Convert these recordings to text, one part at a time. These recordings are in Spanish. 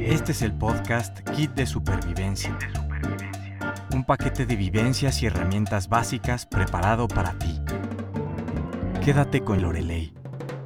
Este es el podcast Kit de Supervivencia. Un paquete de vivencias y herramientas básicas preparado para ti. Quédate con Loreley.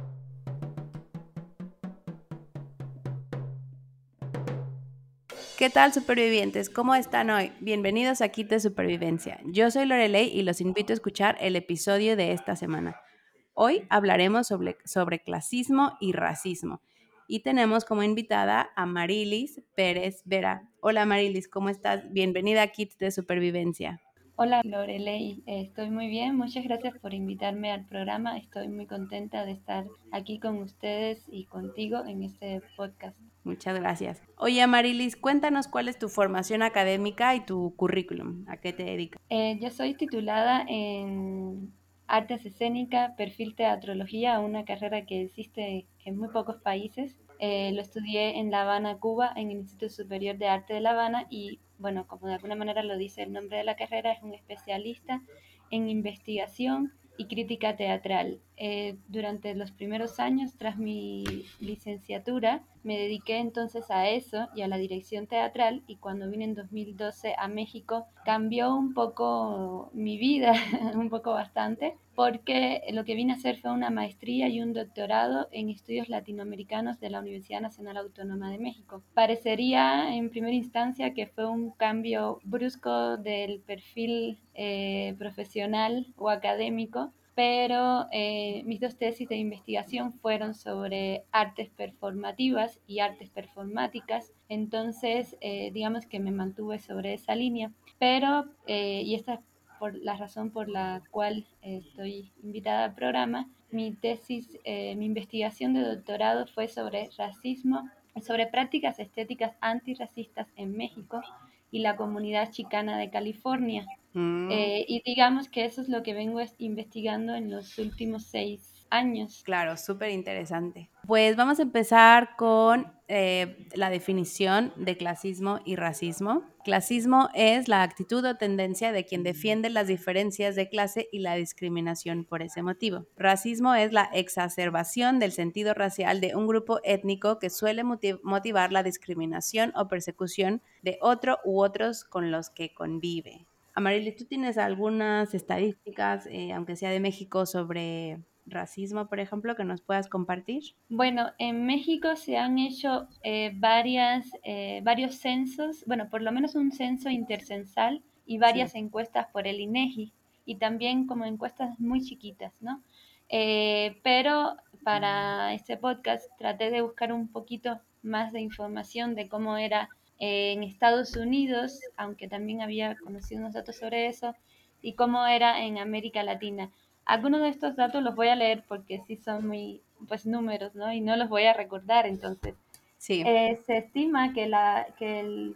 ¿Qué tal, supervivientes? ¿Cómo están hoy? Bienvenidos a Kit de Supervivencia. Yo soy Loreley y los invito a escuchar el episodio de esta semana. Hoy hablaremos sobre clasismo y racismo. Y tenemos como invitada a Marilis Pérez Vera. Hola Marilis, ¿cómo estás? Bienvenida a Kit de Supervivencia. Hola Loreley, estoy muy bien, muchas gracias por invitarme al programa, estoy muy contenta de estar aquí con ustedes y contigo en este podcast. Muchas gracias. Oye Marilis, cuéntanos cuál es tu formación académica y tu currículum. ¿A qué te dedicas? Yo soy titulada en Artes Escénicas, Perfil Teatrología, una carrera que existe en muy pocos países. Lo estudié en La Habana, Cuba, en el Instituto Superior de Arte de La Habana y, bueno, como de alguna manera lo dice el nombre de la carrera, es un especialista en investigación y crítica teatral. Durante los primeros años, tras mi licenciatura, me dediqué entonces a eso y a la dirección teatral, y cuando vine en 2012 a México cambió un poco mi vida, un poco bastante, porque lo que vine a hacer fue una maestría y un doctorado en estudios latinoamericanos de la Universidad Nacional Autónoma de México. Parecería en primera instancia que fue un cambio brusco del perfil profesional o académico, pero mis dos tesis de investigación fueron sobre artes performativas y artes performáticas, entonces digamos que me mantuve sobre esa línea, pero, y esta es por la razón por la cual estoy invitada al programa, mi tesis, mi investigación de doctorado fue sobre racismo, sobre prácticas estéticas antirracistas en México y la comunidad chicana de California. Y digamos que eso es lo que vengo investigando en los últimos 6 años. Claro, súper interesante. Pues vamos a empezar con la definición de clasismo y racismo. Clasismo es la actitud o tendencia de quien defiende las diferencias de clase y la discriminación por ese motivo. Racismo es la exacerbación del sentido racial de un grupo étnico que suele motivar la discriminación o persecución de otro u otros con los que convive. Amarili, ¿tú tienes algunas estadísticas, aunque sea de México, sobre racismo, por ejemplo, que nos puedas compartir? Bueno, en México se han hecho varios censos, bueno, por lo menos un censo intercensal y Sí. varias encuestas por el INEGI, y también como encuestas muy chiquitas, ¿no? Pero para este podcast traté de buscar un poquito más de información de cómo era en Estados Unidos, aunque también había conocido unos datos sobre eso, y cómo era en América Latina. Algunos de estos datos los voy a leer porque sí son muy, pues, números, ¿no? Y no los voy a recordar. Entonces, Sí. se estima que el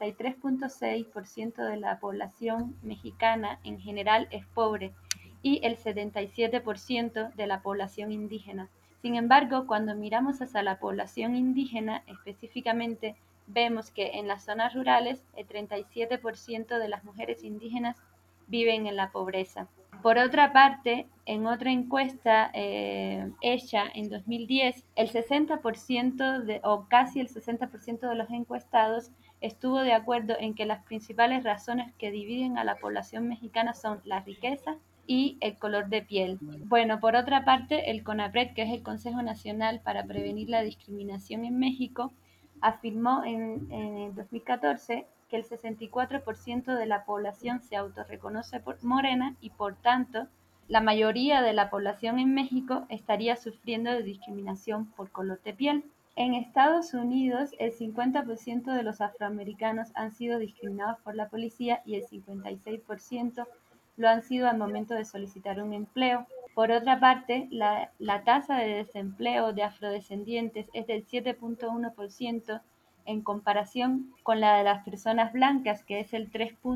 43.6% de la población mexicana en general es pobre y el 77% de la población indígena. Sin embargo, cuando miramos hacia la población indígena específicamente, vemos que en las zonas rurales el 37% de las mujeres indígenas viven en la pobreza. Por otra parte, en otra encuesta hecha en 2010, el 60% o casi el 60% de los encuestados estuvo de acuerdo en que las principales razones que dividen a la población mexicana son la riqueza y el color de piel. Bueno, por otra parte, el CONAPRED, que es el Consejo Nacional para Prevenir la Discriminación en México, afirmó en el 2014 que el 64% de la población se autorreconoce morena y por tanto la mayoría de la población en México estaría sufriendo de discriminación por color de piel. En Estados Unidos, el 50% de los afroamericanos han sido discriminados por la policía y el 56% lo han sido al momento de solicitar un empleo. Por otra parte, la tasa de desempleo de afrodescendientes es del 7.1% en comparación con la de las personas blancas, que es el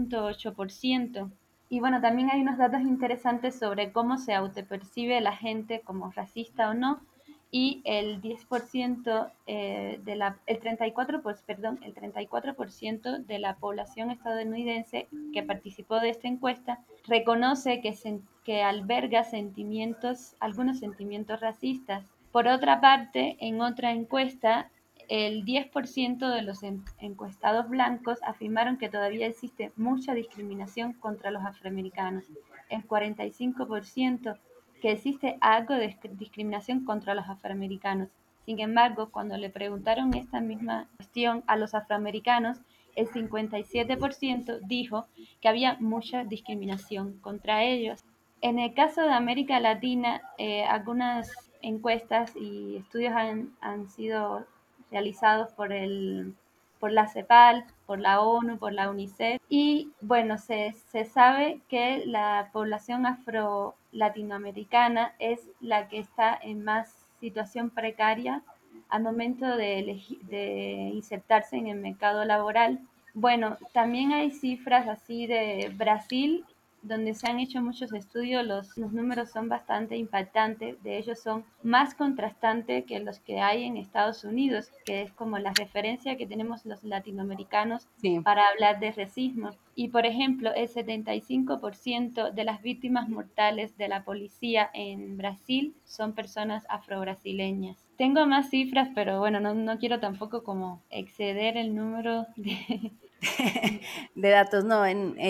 3.8%. Y bueno, también hay unos datos interesantes sobre cómo se autopercibe la gente como racista o no, y el 10% el 34%, el 34% de la población estadounidense que participó de esta encuesta reconoce que alberga algunos sentimientos racistas. Por otra parte, en otra encuesta el 10% de los encuestados blancos afirmaron que todavía existe mucha discriminación contra los afroamericanos. El 45% que existe algo de discriminación contra los afroamericanos. Sin embargo, cuando le preguntaron esta misma cuestión a los afroamericanos, el 57% dijo que había mucha discriminación contra ellos. En el caso de América Latina, algunas encuestas y estudios han sido realizados por la CEPAL, por la ONU, por la UNICEF. Y bueno, se sabe que la población afro-latinoamericana es la que está en más situación precaria al momento de insertarse en el mercado laboral. Bueno, también hay cifras así de Brasil, donde se han hecho muchos estudios, los números son bastante impactantes, de ellos son más contrastantes que los que hay en Estados Unidos, que es como la referencia que tenemos los latinoamericanos Sí. para hablar de racismo. Y por ejemplo, el 75% de las víctimas mortales de la policía en Brasil son personas afrobrasileñas. Tengo más cifras, pero bueno, no quiero tampoco como exceder el número de... De datos, no,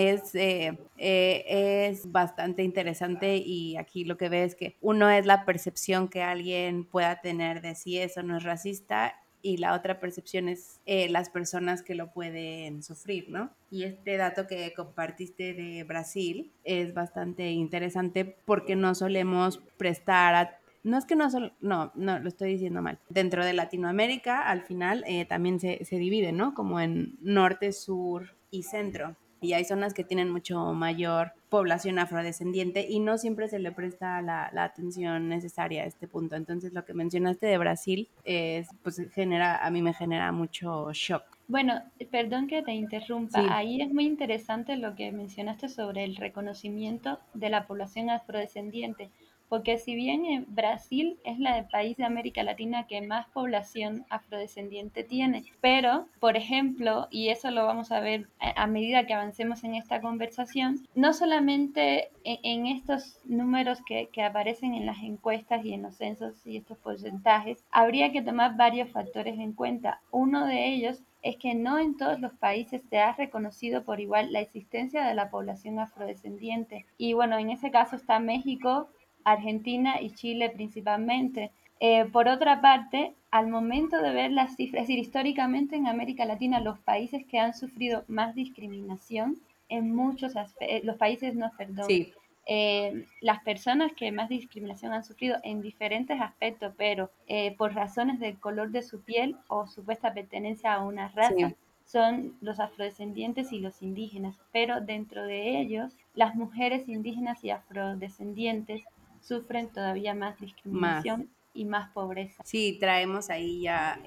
es bastante interesante y aquí lo que ve es que uno es la percepción que alguien pueda tener de si eso no es racista y la otra percepción es las personas que lo pueden sufrir, ¿no? Y este dato que compartiste de Brasil es bastante interesante porque no solemos prestar no es que no solo, no, lo estoy diciendo mal. Dentro de Latinoamérica, al final, también se divide, ¿no? Como en norte, sur y centro. Y hay zonas que tienen mucho mayor población afrodescendiente y no siempre se le presta la atención necesaria a este punto. Entonces, lo que mencionaste de Brasil, pues a mí me genera mucho shock. Bueno, perdón que te interrumpa. Sí, Ahí es muy interesante lo que mencionaste sobre el reconocimiento de la población afrodescendiente, porque si bien Brasil es el país de América Latina que más población afrodescendiente tiene, pero, por ejemplo, y eso lo vamos a ver a medida que avancemos en esta conversación, no solamente en estos números que aparecen en las encuestas y en los censos y estos porcentajes, habría que tomar varios factores en cuenta. Uno de ellos es que no en todos los países se ha reconocido por igual la existencia de la población afrodescendiente. Y bueno, en ese caso está México, Argentina y Chile principalmente. Por otra parte, al momento de ver las cifras, es decir, históricamente en América Latina, los países que han sufrido más discriminación en muchos aspectos, los países, no, perdón, sí, las personas que más discriminación han sufrido en diferentes aspectos, pero por razones del color de su piel o supuesta pertenencia a una raza, sí, son los afrodescendientes y los indígenas, pero dentro de ellos, las mujeres indígenas y afrodescendientes sufren todavía más más. discriminación y más pobreza. Sí, traemos ahí ya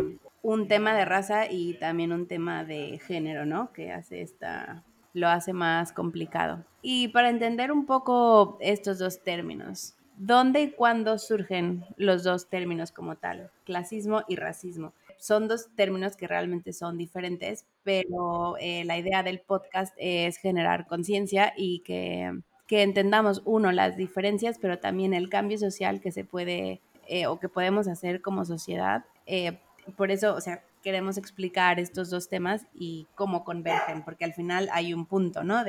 un tema de raza y también un tema de género, ¿no? Que lo hace más complicado. Y para entender un poco estos dos términos, ¿dónde y cuándo surgen los dos términos como tal? Clasismo y racismo. Son dos términos que realmente son diferentes, pero la idea del podcast es generar conciencia y que entendamos, uno, las diferencias, pero también el cambio social que se puede o que podemos hacer como sociedad. Por eso, o sea, queremos explicar estos dos temas y cómo convergen, porque al final hay un punto, ¿no?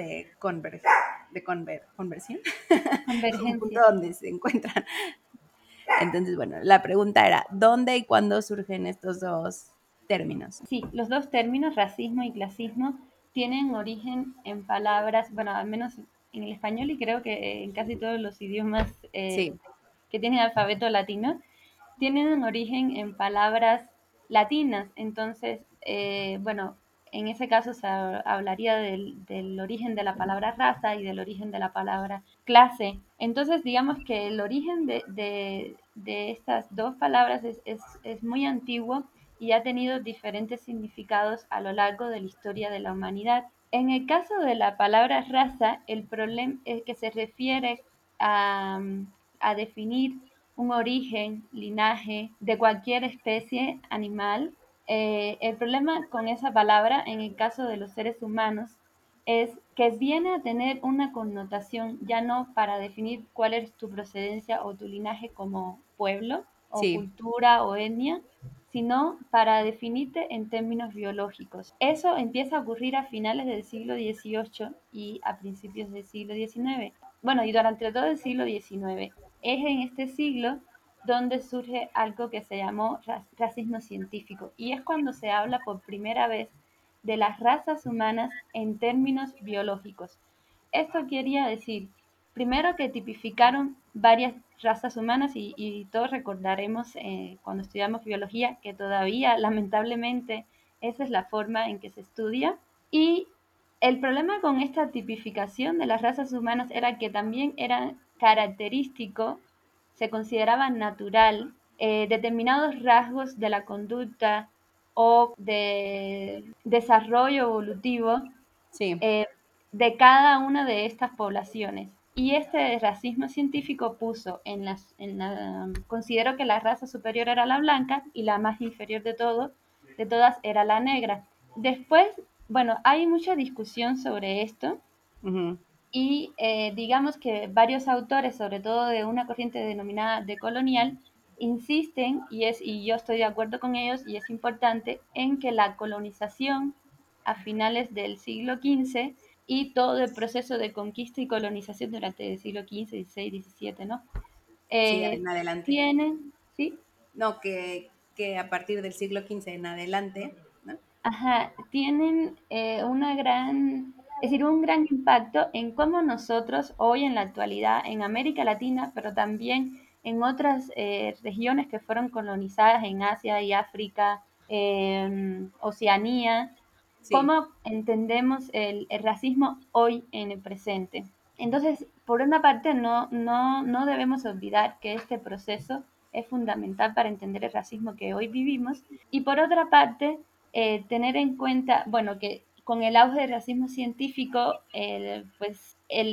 Conversión, un punto Convergencia. donde se encuentran. Entonces, bueno, la pregunta era, ¿dónde y cuándo surgen estos dos términos? Sí, los dos términos, racismo y clasismo, tienen origen en palabras, bueno, al menos en el español y creo que en casi todos los idiomas Sí, que tienen alfabeto latino, tienen un origen en palabras latinas. Entonces, bueno, en ese caso se hablaría del origen de la palabra raza y del origen de la palabra clase. Entonces, digamos que el origen de estas dos palabras es muy antiguo y ha tenido diferentes significados a lo largo de la historia de la humanidad. En el caso de la palabra raza, el problema es que se refiere a, a definir un origen, linaje de cualquier especie animal. El problema con esa palabra en el caso de los seres humanos es que viene a tener una connotación ya no para definir cuál es tu procedencia o tu linaje como pueblo o sí, cultura o etnia, sino para definirte en términos biológicos. Eso empieza a ocurrir a finales del siglo XVIII y a principios del siglo XIX. Bueno, y durante todo el siglo XIX. Es en este siglo donde surge algo que se llamó racismo científico, y es cuando se habla por primera vez de las razas humanas en términos biológicos. Esto quería decir, primero, que tipificaron varias razas humanas, y todos recordaremos cuando estudiamos biología que todavía, lamentablemente, esa es la forma en que se estudia. Y el problema con esta tipificación de las razas humanas era que también era característico, se consideraba natural, determinados rasgos de la conducta o de desarrollo evolutivo Sí, eh, de cada una de estas poblaciones. Y este racismo científico puso considero que la raza superior era la blanca y la más inferior de todas era la negra. Después, bueno, hay mucha discusión sobre esto, ujú, y digamos que varios autores, sobre todo de una corriente denominada decolonial, insisten, y yo estoy de acuerdo con ellos, y es importante, en que la colonización a finales del siglo XV y todo el proceso de conquista y colonización durante el siglo XV, XVI, XVII, ¿no? sí, Eh, en adelante. tienen, ¿sí? No, que a partir del siglo XV en adelante, ¿no? Ajá, tienen es decir, un gran impacto en cómo nosotros hoy en la actualidad en América Latina, pero también en otras regiones que fueron colonizadas en Asia y África, Oceanía, Sí, cómo entendemos el racismo hoy en el presente. Entonces, por una parte, no debemos olvidar que este proceso es fundamental para entender el racismo que hoy vivimos, y por otra parte, tener en cuenta, bueno, que con el auge del racismo científico, pues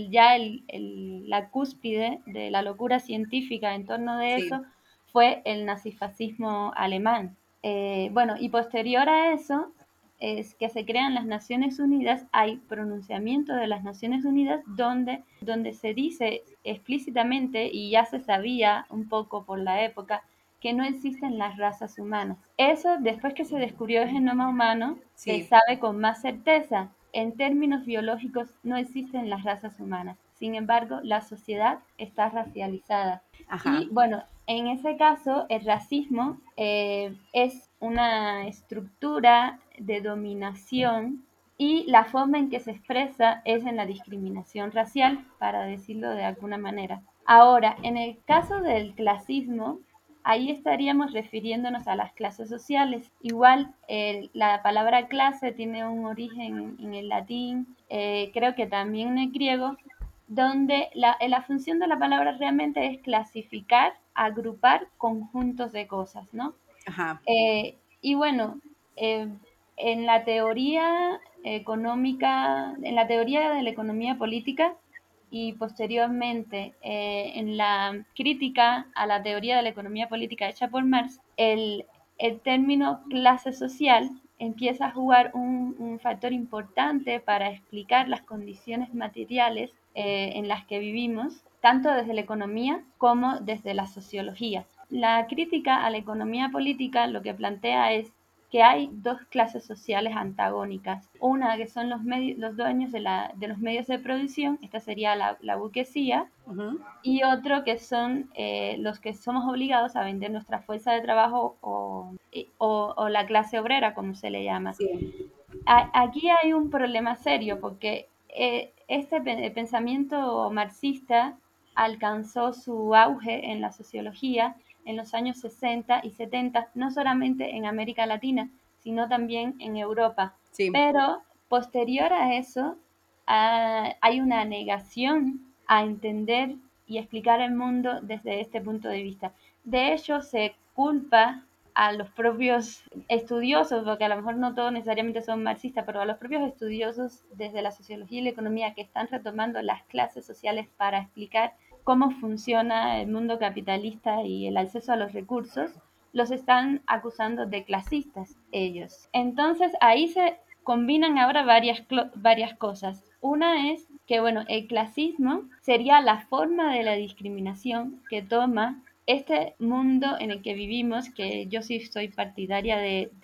la cúspide de la locura científica en torno de sí, eso fue el nazifascismo alemán. Bueno, y posterior a eso es que se crean las Naciones Unidas. Hay pronunciamiento de las Naciones Unidas donde se dice explícitamente, y ya se sabía un poco por la época, que no existen las razas humanas. Eso, después que se descubrió el genoma humano, se sí, sabe con más certeza. En términos biológicos no existen las razas humanas. Sin embargo, la sociedad está racializada. ajá, Y bueno, en ese caso, el racismo es una estructura de dominación, y la forma en que se expresa es en la discriminación racial, para decirlo de alguna manera. Ahora, en el caso del clasismo, ahí estaríamos refiriéndonos a las clases sociales. Igual, la palabra clase tiene un origen en el latín, creo que también en el griego, donde la función de la palabra realmente es clasificar, agrupar conjuntos de cosas, ¿no? ajá, Y bueno, eh, en la teoría económica, en la teoría de la economía política, y posteriormente en la crítica a la teoría de la economía política hecha por Marx, el término clase social empieza a jugar un factor importante para explicar las condiciones materiales en las que vivimos, tanto desde la economía como desde la sociología. La crítica a la economía política lo que plantea es que hay dos clases sociales antagónicas. Una que son los dueños de los medios de producción, esta sería la burguesía, ujú, y otro que son los que somos obligados a vender nuestra fuerza de trabajo, o la clase obrera, como se le llama. sí, Aquí hay un problema serio, porque pensamiento marxista alcanzó su auge en la sociología en los años 60 y 70, no solamente en América Latina, sino también en Europa. sí, Pero posterior a eso, hay una negación a entender y explicar el mundo desde este punto de vista. De hecho, se culpa a los propios estudiosos, porque a lo mejor no todos necesariamente son marxistas, pero a los propios estudiosos desde la sociología y la economía, que están retomando las clases sociales para explicar cómo funciona el mundo capitalista y el acceso a los recursos, los están acusando de clasistas ellos. Entonces ahí se combinan ahora varias cosas. Una es que, bueno, el clasismo sería la forma de la discriminación que toma este mundo en el que vivimos, que yo sí soy partidaria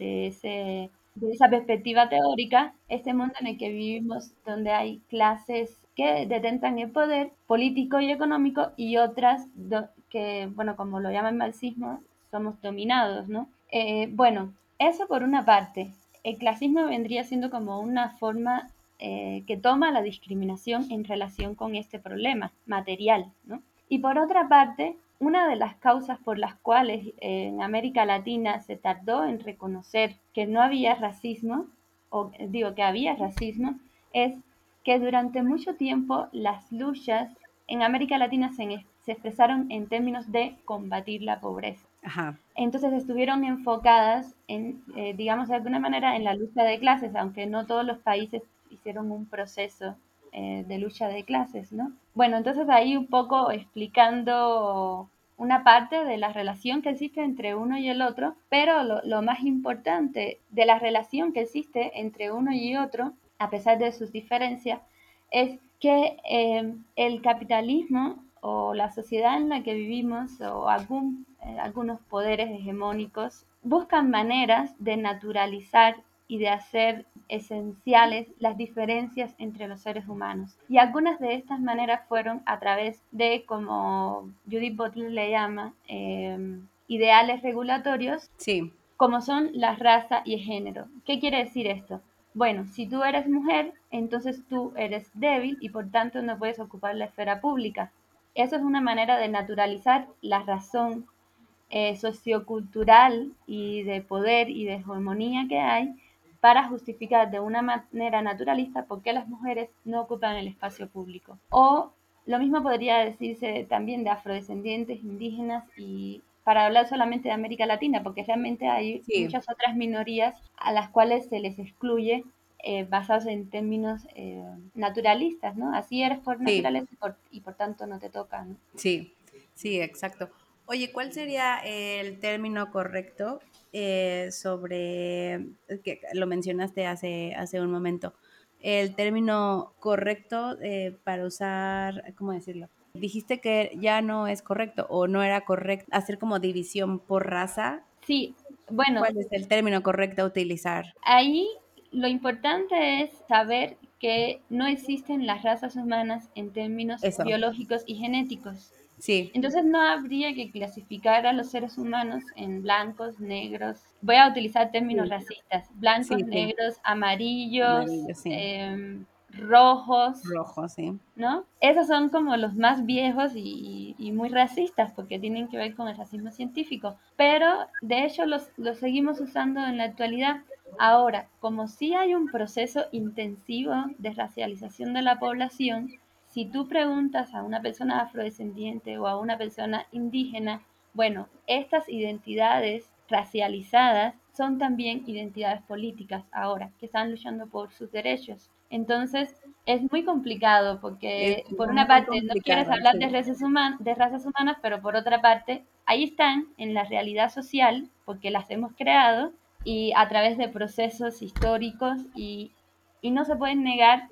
de esa perspectiva teórica, este mundo en el que vivimos donde hay clases que detentan el poder político y económico y otras que, bueno, como lo llaman marxismo, somos dominados, ¿no? Bueno, eso por una parte. El clasismo vendría siendo como una forma que toma la discriminación en relación con este problema material, ¿no? Y por otra parte, una de las causas por las cuales en América Latina se tardó en reconocer que no había racismo, o digo que había racismo, es que durante mucho tiempo las luchas en América Latina se expresaron en términos de combatir la pobreza. Ajá. Entonces estuvieron enfocadas en, digamos de alguna manera, en la lucha de clases, aunque no todos los países hicieron un proceso de lucha de clases, ¿no? Bueno, entonces ahí un poco explicando una parte de la relación que existe entre uno y el otro, pero lo más importante de la relación que existe entre uno y otro, a pesar de sus diferencias, es que el capitalismo o la sociedad en la que vivimos o algunos poderes hegemónicos buscan maneras de naturalizar y de hacer esenciales las diferencias entre los seres humanos. Y algunas de estas maneras fueron a través de, como Judith Butler le llama, ideales regulatorios Sí, como son la raza y el género. ¿Qué quiere decir esto? Bueno, si tú eres mujer, entonces tú eres débil y por tanto no puedes ocupar la esfera pública. Eso es una manera de naturalizar la razón sociocultural y de poder y de hegemonía que hay para justificar de una manera naturalista por qué las mujeres no ocupan el espacio público. O lo mismo podría decirse también de afrodescendientes, indígenas y para hablar solamente de América Latina, porque realmente hay sí, muchas otras minorías a las cuales se les excluye basados en términos naturalistas, ¿no? Así eres por sí. naturaleza y por tanto no te toca, ¿no? Sí, sí, exacto. Oye, ¿cuál sería el término correcto sobre, que lo mencionaste hace un momento, el término correcto para usar, ¿cómo decirlo? Dijiste que ya no es correcto o no era correcto hacer como división por raza. Sí, bueno, ¿Cuál es el término correcto a utilizar? ahí lo importante es saber que no existen las razas humanas en términos Eso, biológicos y genéticos. sí, Entonces no habría que clasificar a los seres humanos en blancos, negros. Voy a utilizar términos sí, racistas. Blancos, sí, sí, negros, amarillos, amarillo, sí, rojos, rojo, sí, ¿no? Esos son como los más viejos y muy racistas porque tienen que ver con el racismo científico, pero de hecho los seguimos usando en la actualidad. Ahora, como sí hay un proceso intensivo de racialización de la población, si tú preguntas a una persona afrodescendiente o a una persona indígena, bueno, estas identidades racializadas son también identidades políticas ahora, que están luchando por sus derechos. Entonces, es muy complicado es porque por una muy parte no quieres complicado, hablar sí. de razas humanas, pero por otra parte ahí están en la realidad social porque las hemos creado y a través de procesos históricos y no se pueden negar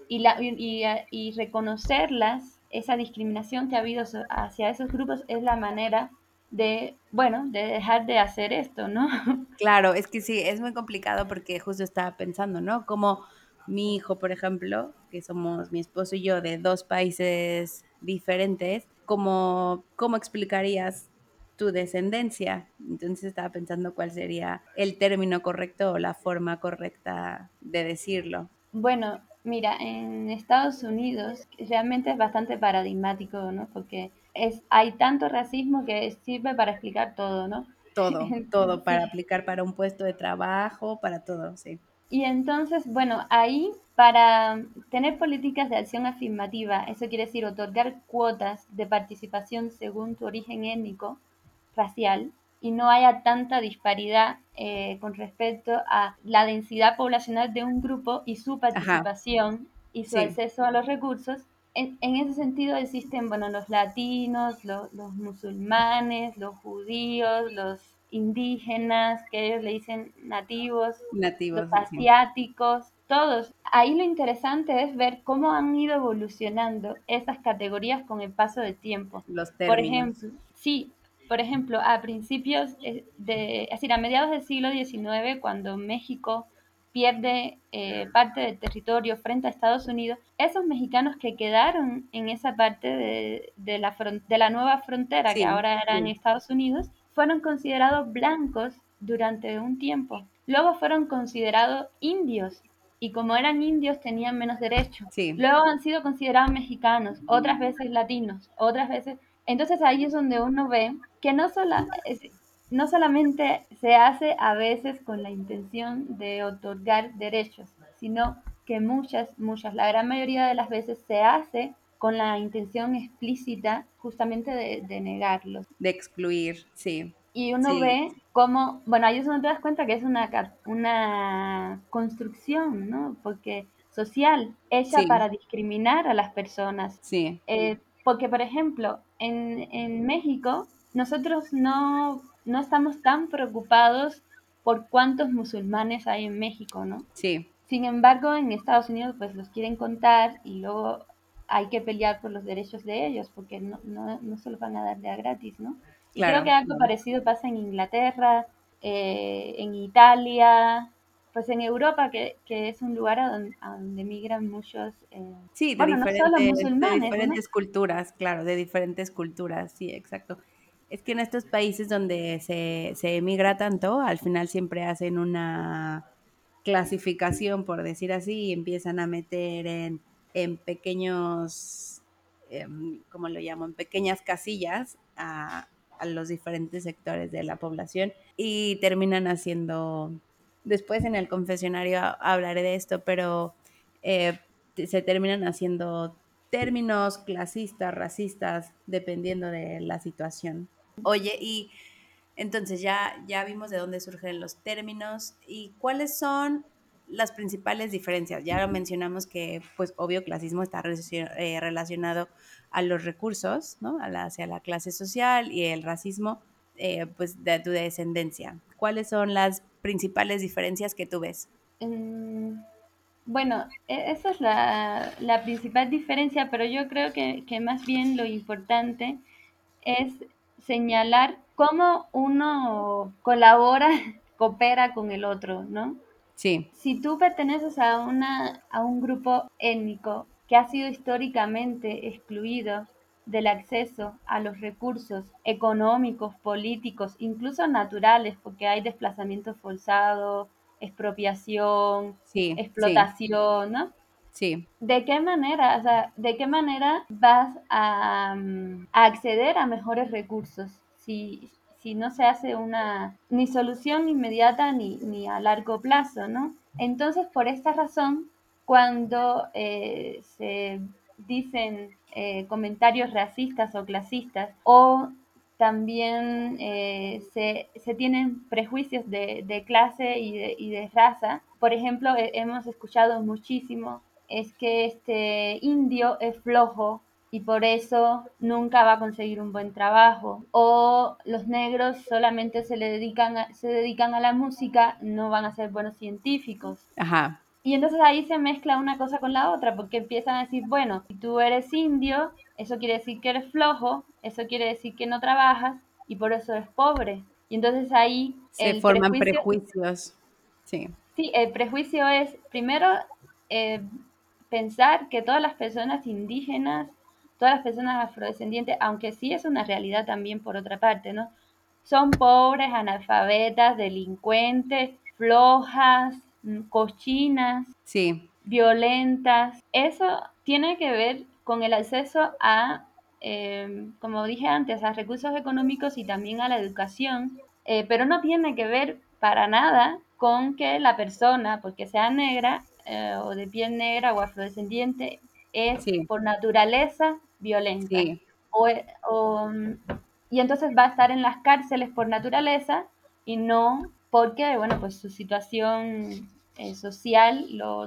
y reconocerlas, esa discriminación que ha habido hacia esos grupos es la manera de, bueno, de dejar de hacer esto, ¿no? Claro, es que sí, es muy complicado porque justo estaba pensando, ¿no? Como mi hijo, por ejemplo, que somos mi esposo y yo de dos países diferentes, ¿cómo explicarías tu descendencia? Entonces estaba pensando cuál sería el término correcto o la forma correcta de decirlo. Bueno, mira, en Estados Unidos realmente es bastante paradigmático, ¿no? Porque hay tanto racismo que sirve para explicar todo, ¿no? Todo para Sí. aplicar para un puesto de trabajo, para todo, sí. Y entonces, bueno, ahí para tener políticas de acción afirmativa, eso quiere decir otorgar cuotas de participación según tu origen étnico, racial, y no haya tanta disparidad con respecto a la densidad poblacional de un grupo y su Ajá, participación y su sí, acceso a los recursos. En ese sentido existen, bueno, los latinos, los musulmanes, los judíos, los indígenas, que ellos le dicen nativos, los nativos, sí, asiáticos, todos. Ahí lo interesante es ver cómo han ido evolucionando esas categorías con el paso del tiempo. los Por términos. ejemplo, sí, por ejemplo, a principios es decir, a mediados del siglo XIX, cuando México pierde parte del territorio frente a Estados Unidos, esos mexicanos que quedaron en esa parte de la nueva frontera, que Sí, ahora eran sí, Estados Unidos, fueron considerados blancos durante un tiempo. Luego fueron considerados indios y como eran indios tenían menos derechos. sí, Luego han sido considerados mexicanos, otras veces latinos, otras veces. Entonces ahí es donde uno ve que no solamente se hace a veces con la intención de otorgar derechos, sino que la gran mayoría de las veces se hace con la intención explícita justamente de negarlos. de excluir, sí, Y uno sí, ve cómo, bueno, ahí es donde te das cuenta que es una construcción, ¿no? Porque social, hecha sí, para discriminar a las personas. sí, Porque, por ejemplo, en México, nosotros no estamos tan preocupados por cuántos musulmanes hay en México, ¿no? sí, Sin embargo, en Estados Unidos, pues los quieren contar y luego hay que pelear por los derechos de ellos, porque no se los van a dar de a gratis, ¿no? Y creo que claro, algo claro. parecido pasa en Inglaterra, en Italia, pues en Europa, que es un lugar a donde migran muchos, Sí, bueno, no solo de musulmanes, ¿no? diferentes culturas, claro, de diferentes culturas, sí, exacto. Es que en estos países donde se emigra tanto, al final siempre hacen una clasificación, por decir así, y empiezan a meter en pequeños, ¿cómo lo llamo? En pequeñas casillas a los diferentes sectores de la población y terminan haciendo, después en el confesionario hablaré de esto, pero eh, se terminan haciendo términos clasistas, racistas, dependiendo de la situación. Oye, y entonces ya vimos de dónde surgen los términos y cuáles son las principales diferencias. Ya lo mencionamos que, pues, obvio, clasismo está relacionado a los recursos, ¿no? Hacia la clase social y el racismo, pues, de tu descendencia. ¿Cuáles son las principales diferencias que tú ves? Mm, bueno, esa es la principal diferencia, pero yo creo que más bien lo importante es señalar cómo uno colabora, coopera con el otro, ¿no? Sí, Si tú perteneces a un grupo étnico que ha sido históricamente excluido del acceso a los recursos económicos, políticos, incluso naturales, porque hay desplazamiento forzado, expropiación, sí, sí, explotación, ¿no? sí, ¿De qué manera, o sea, de qué manera vas a acceder a mejores recursos si no se hace una ni solución inmediata ni a largo plazo, ¿no? Entonces, por esta razón, cuando se dicen comentarios racistas o clasistas o también se tienen prejuicios de clase y de raza. Por ejemplo, hemos escuchado muchísimo es que este indio es flojo y por eso nunca va a conseguir un buen trabajo. O los negros solamente se dedican a la música, no van a ser buenos científicos. ajá, Y entonces ahí se mezcla una cosa con la otra, porque empiezan a decir, bueno, si tú eres indio, eso quiere decir que eres flojo, eso quiere decir que no trabajas y por eso eres pobre. Y entonces ahí se forman prejuicios, sí, sí, el prejuicio es primero eh, pensar que todas las personas indígenas, todas las personas afrodescendientes, aunque sí es una realidad también por otra parte, ¿no? Son pobres, analfabetas, delincuentes, flojas, cochinas, sí, violentas. Eso tiene que ver con el acceso a, como dije antes, a recursos económicos y también a la educación, pero no tiene que ver para nada con que la persona, porque sea negra o de piel negra o afrodescendiente, es sí, por naturaleza violenta. sí, O, y entonces va a estar en las cárceles por naturaleza y no porque, bueno, pues su situación social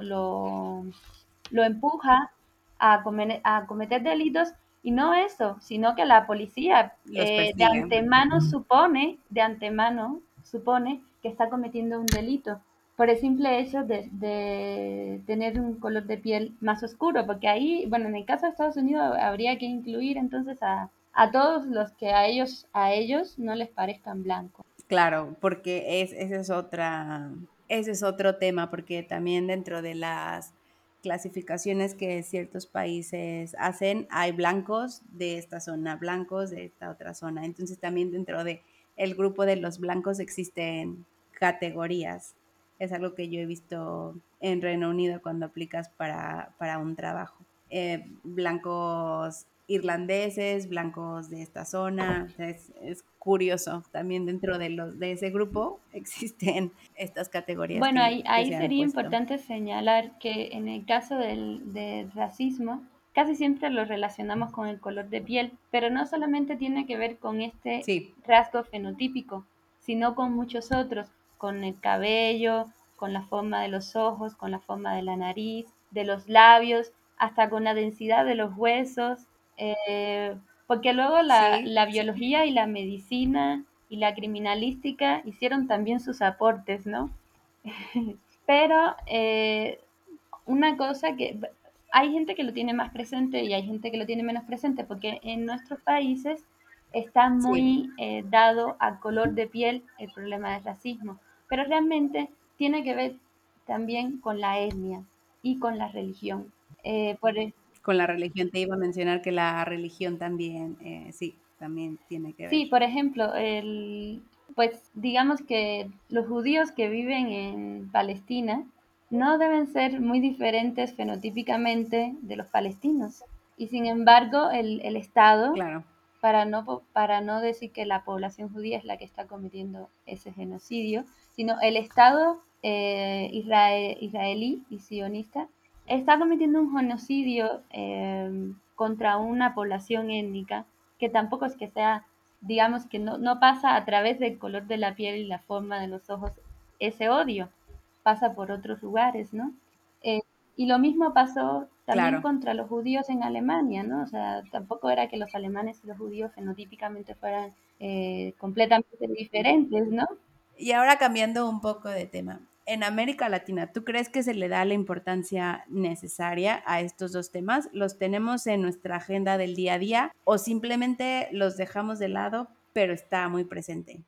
lo empuja a cometer delitos y no eso, sino que la policía los persiguen. de antemano supone que está cometiendo un delito por el simple hecho de tener un color de piel más oscuro, porque ahí, bueno, en el caso de Estados Unidos habría que incluir entonces a todos los que a ellos no les parezcan blancos. Claro, porque ese es otro tema, porque también dentro de las clasificaciones que ciertos países hacen, hay blancos de esta zona, blancos de esta otra zona. Entonces también dentro de el grupo de los blancos existen categorías. Es algo que yo he visto en Reino Unido cuando aplicas para un trabajo. Blancos irlandeses, blancos de esta zona. O sea, es curioso. También dentro de ese grupo existen estas categorías Bueno, que ahí se han sería puesto. importante señalar que en el caso del racismo, casi siempre lo relacionamos con el color de piel, pero no solamente tiene que ver con este Sí, rasgo fenotípico, sino con muchos otros, con el cabello, con la forma de los ojos, con la forma de la nariz, de los labios, hasta con la densidad de los huesos, porque luego sí, la sí, biología y la medicina y la criminalística hicieron también sus aportes, ¿no? Pero una cosa que hay gente que lo tiene más presente y hay gente que lo tiene menos presente, porque en nuestros países está sí, muy dado al color de piel el problema del racismo, pero realmente tiene que ver también con la etnia y con la religión. Por, con la religión. Te iba a mencionar que la religión también, sí, también tiene que ver. Sí, por ejemplo, pues digamos que los judíos que viven en Palestina no deben ser muy diferentes fenotípicamente de los palestinos. Y sin embargo, el Estado, Claro, para no decir que la población judía es la que está cometiendo ese genocidio, sino el Estado israelí y sionista está cometiendo un genocidio contra una población étnica que tampoco es que sea, digamos que no pasa a través del color de la piel y la forma de los ojos ese odio, pasa por otros lugares, ¿no? Eh, y lo mismo pasó también claro. contra los judíos en Alemania, ¿no? O sea, tampoco era que los alemanes y los judíos fenotípicamente fueran completamente diferentes, ¿no? Y ahora cambiando un poco de tema, en América Latina, ¿tú crees que se le da la importancia necesaria a estos dos temas? ¿Los tenemos en nuestra agenda del día a día o simplemente los dejamos de lado, pero está muy presente?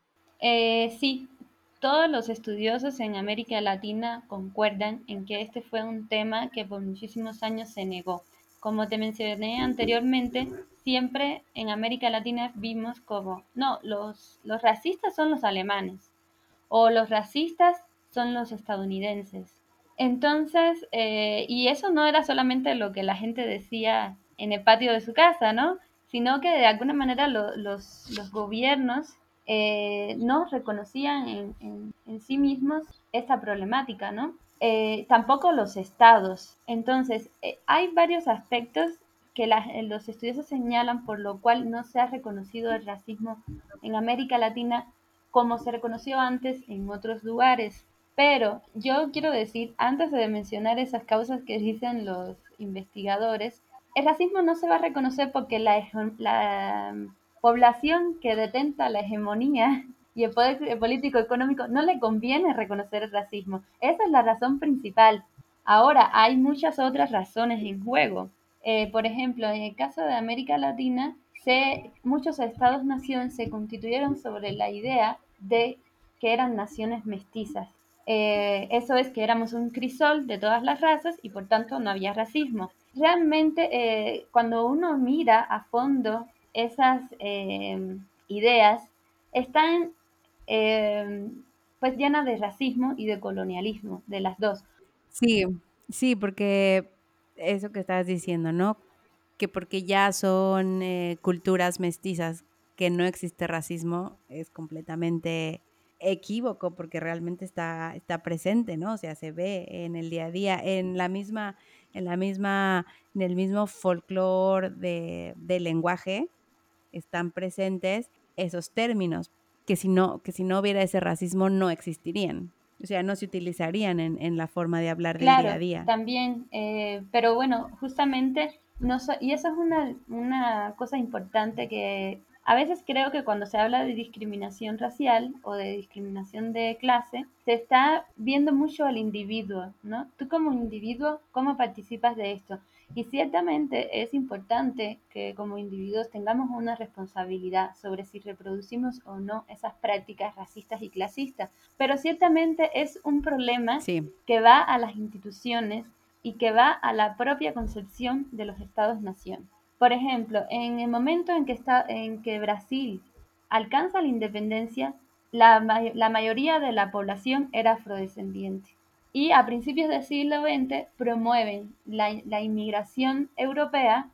Sí, todos los estudiosos en América Latina concuerdan en que este fue un tema que por muchísimos años se negó. Como te mencioné anteriormente, siempre en América Latina vimos como, no, los racistas son los alemanes o los racistas son los estadounidenses. Entonces, y eso no era solamente lo que la gente decía en el patio de su casa, ¿no? Sino que de alguna manera los gobiernos no reconocían en sí mismos esta problemática, ¿no? Tampoco los estados. Entonces, hay varios aspectos que los estudiosos señalan por lo cual no se ha reconocido el racismo en América Latina como se reconoció antes en otros lugares. Pero yo quiero decir, antes de mencionar esas causas que dicen los investigadores, el racismo no se va a reconocer porque la población que detenta la hegemonía y el poder político económico no le conviene reconocer el racismo. Esa es la razón principal. Ahora, hay muchas otras razones en juego. Por ejemplo, en el caso de América Latina, muchos estados-nación se constituyeron sobre la idea de que eran naciones mestizas. Eso es que éramos un crisol de todas las razas y por tanto no había racismo. Realmente, cuando uno mira a fondo esas ideas, están eh, pues llenas de racismo y de colonialismo, de las dos. Sí, sí, porque eso que estabas diciendo, ¿no? Que porque ya son culturas mestizas, que no existe racismo, es completamente equívoco, porque realmente está presente, ¿no? O sea, se ve en el día a día, en el mismo folclore del lenguaje, están presentes esos términos, que si no hubiera ese racismo no existirían. O sea, no se utilizarían en la forma de hablar del día a Claro, día. también, pero bueno, justamente, no so- y eso es una cosa importante que A veces creo que cuando se habla de discriminación racial o de discriminación de clase, se está viendo mucho al individuo, ¿no? Tú como individuo, ¿cómo participas de esto? Y ciertamente es importante que como individuos tengamos una responsabilidad sobre si reproducimos o no esas prácticas racistas y clasistas, pero ciertamente es un problema Sí, que va a las instituciones y que va a la propia concepción de los estados-nación. Por ejemplo, en el momento en que Brasil alcanza la independencia, la mayoría de la población era afrodescendiente. Y a principios del siglo XX promueven la inmigración europea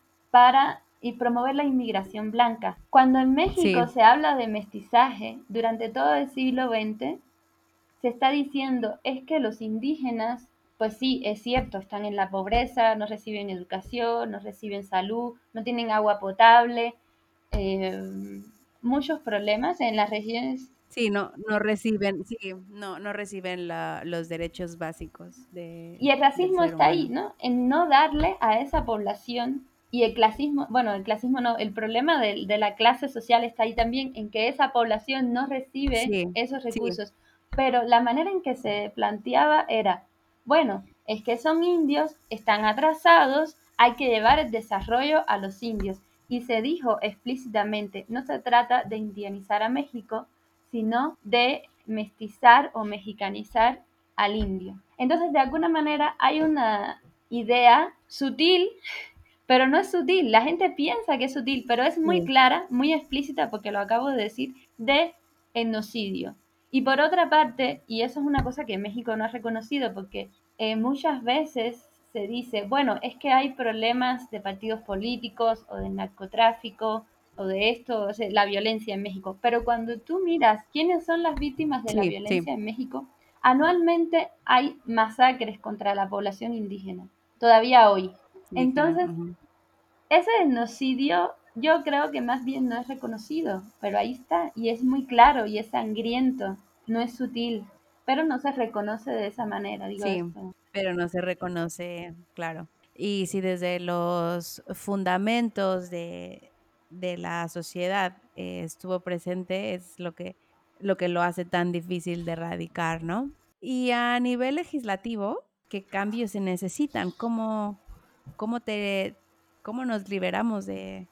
y promover la inmigración blanca. Cuando en México sí, se habla de mestizaje, durante todo el siglo XX se está diciendo es que los indígenas, pues sí, es cierto, están en la pobreza, no reciben educación, no reciben salud, no tienen agua potable, eh, muchos problemas en las regiones. sí, no reciben, sí, no reciben los derechos básicos Y el del racismo ser está ahí, humano. ¿no? En no darle a esa población y el clasismo, bueno, el clasismo no, el problema de la clase social está ahí también, en que esa población no recibe Sí, esos sí, recursos. Pero la manera en que se planteaba era, bueno, es que son indios, están atrasados, hay que llevar el desarrollo a los indios. Y se dijo explícitamente, no se trata de indianizar a México, sino de mestizar o mexicanizar al indio. Entonces, de alguna manera hay una idea sutil, pero no es sutil. La gente piensa que es sutil, pero es muy sí, clara, muy explícita, porque lo acabo de decir, de genocidio. Y por otra parte, y eso es una cosa que México no ha reconocido, porque muchas veces se dice, bueno, es que hay problemas de partidos políticos o de narcotráfico o de esto, o sea, la violencia en México. Pero cuando tú miras quiénes son las víctimas de la sí, sí, violencia en México, anualmente hay masacres contra la población indígena, todavía hoy. indígena. Entonces, Ujú. ese genocidio yo creo que más bien no es reconocido, pero ahí está, y es muy claro, y es sangriento, no es sutil, pero no se reconoce de esa manera, digo Sí, esto. pero no se reconoce, claro. Y si desde los fundamentos de la sociedad estuvo presente, es lo que lo hace tan difícil de erradicar, ¿no? Y a nivel legislativo, ¿qué cambios se necesitan? Cómo te, cómo nos liberamos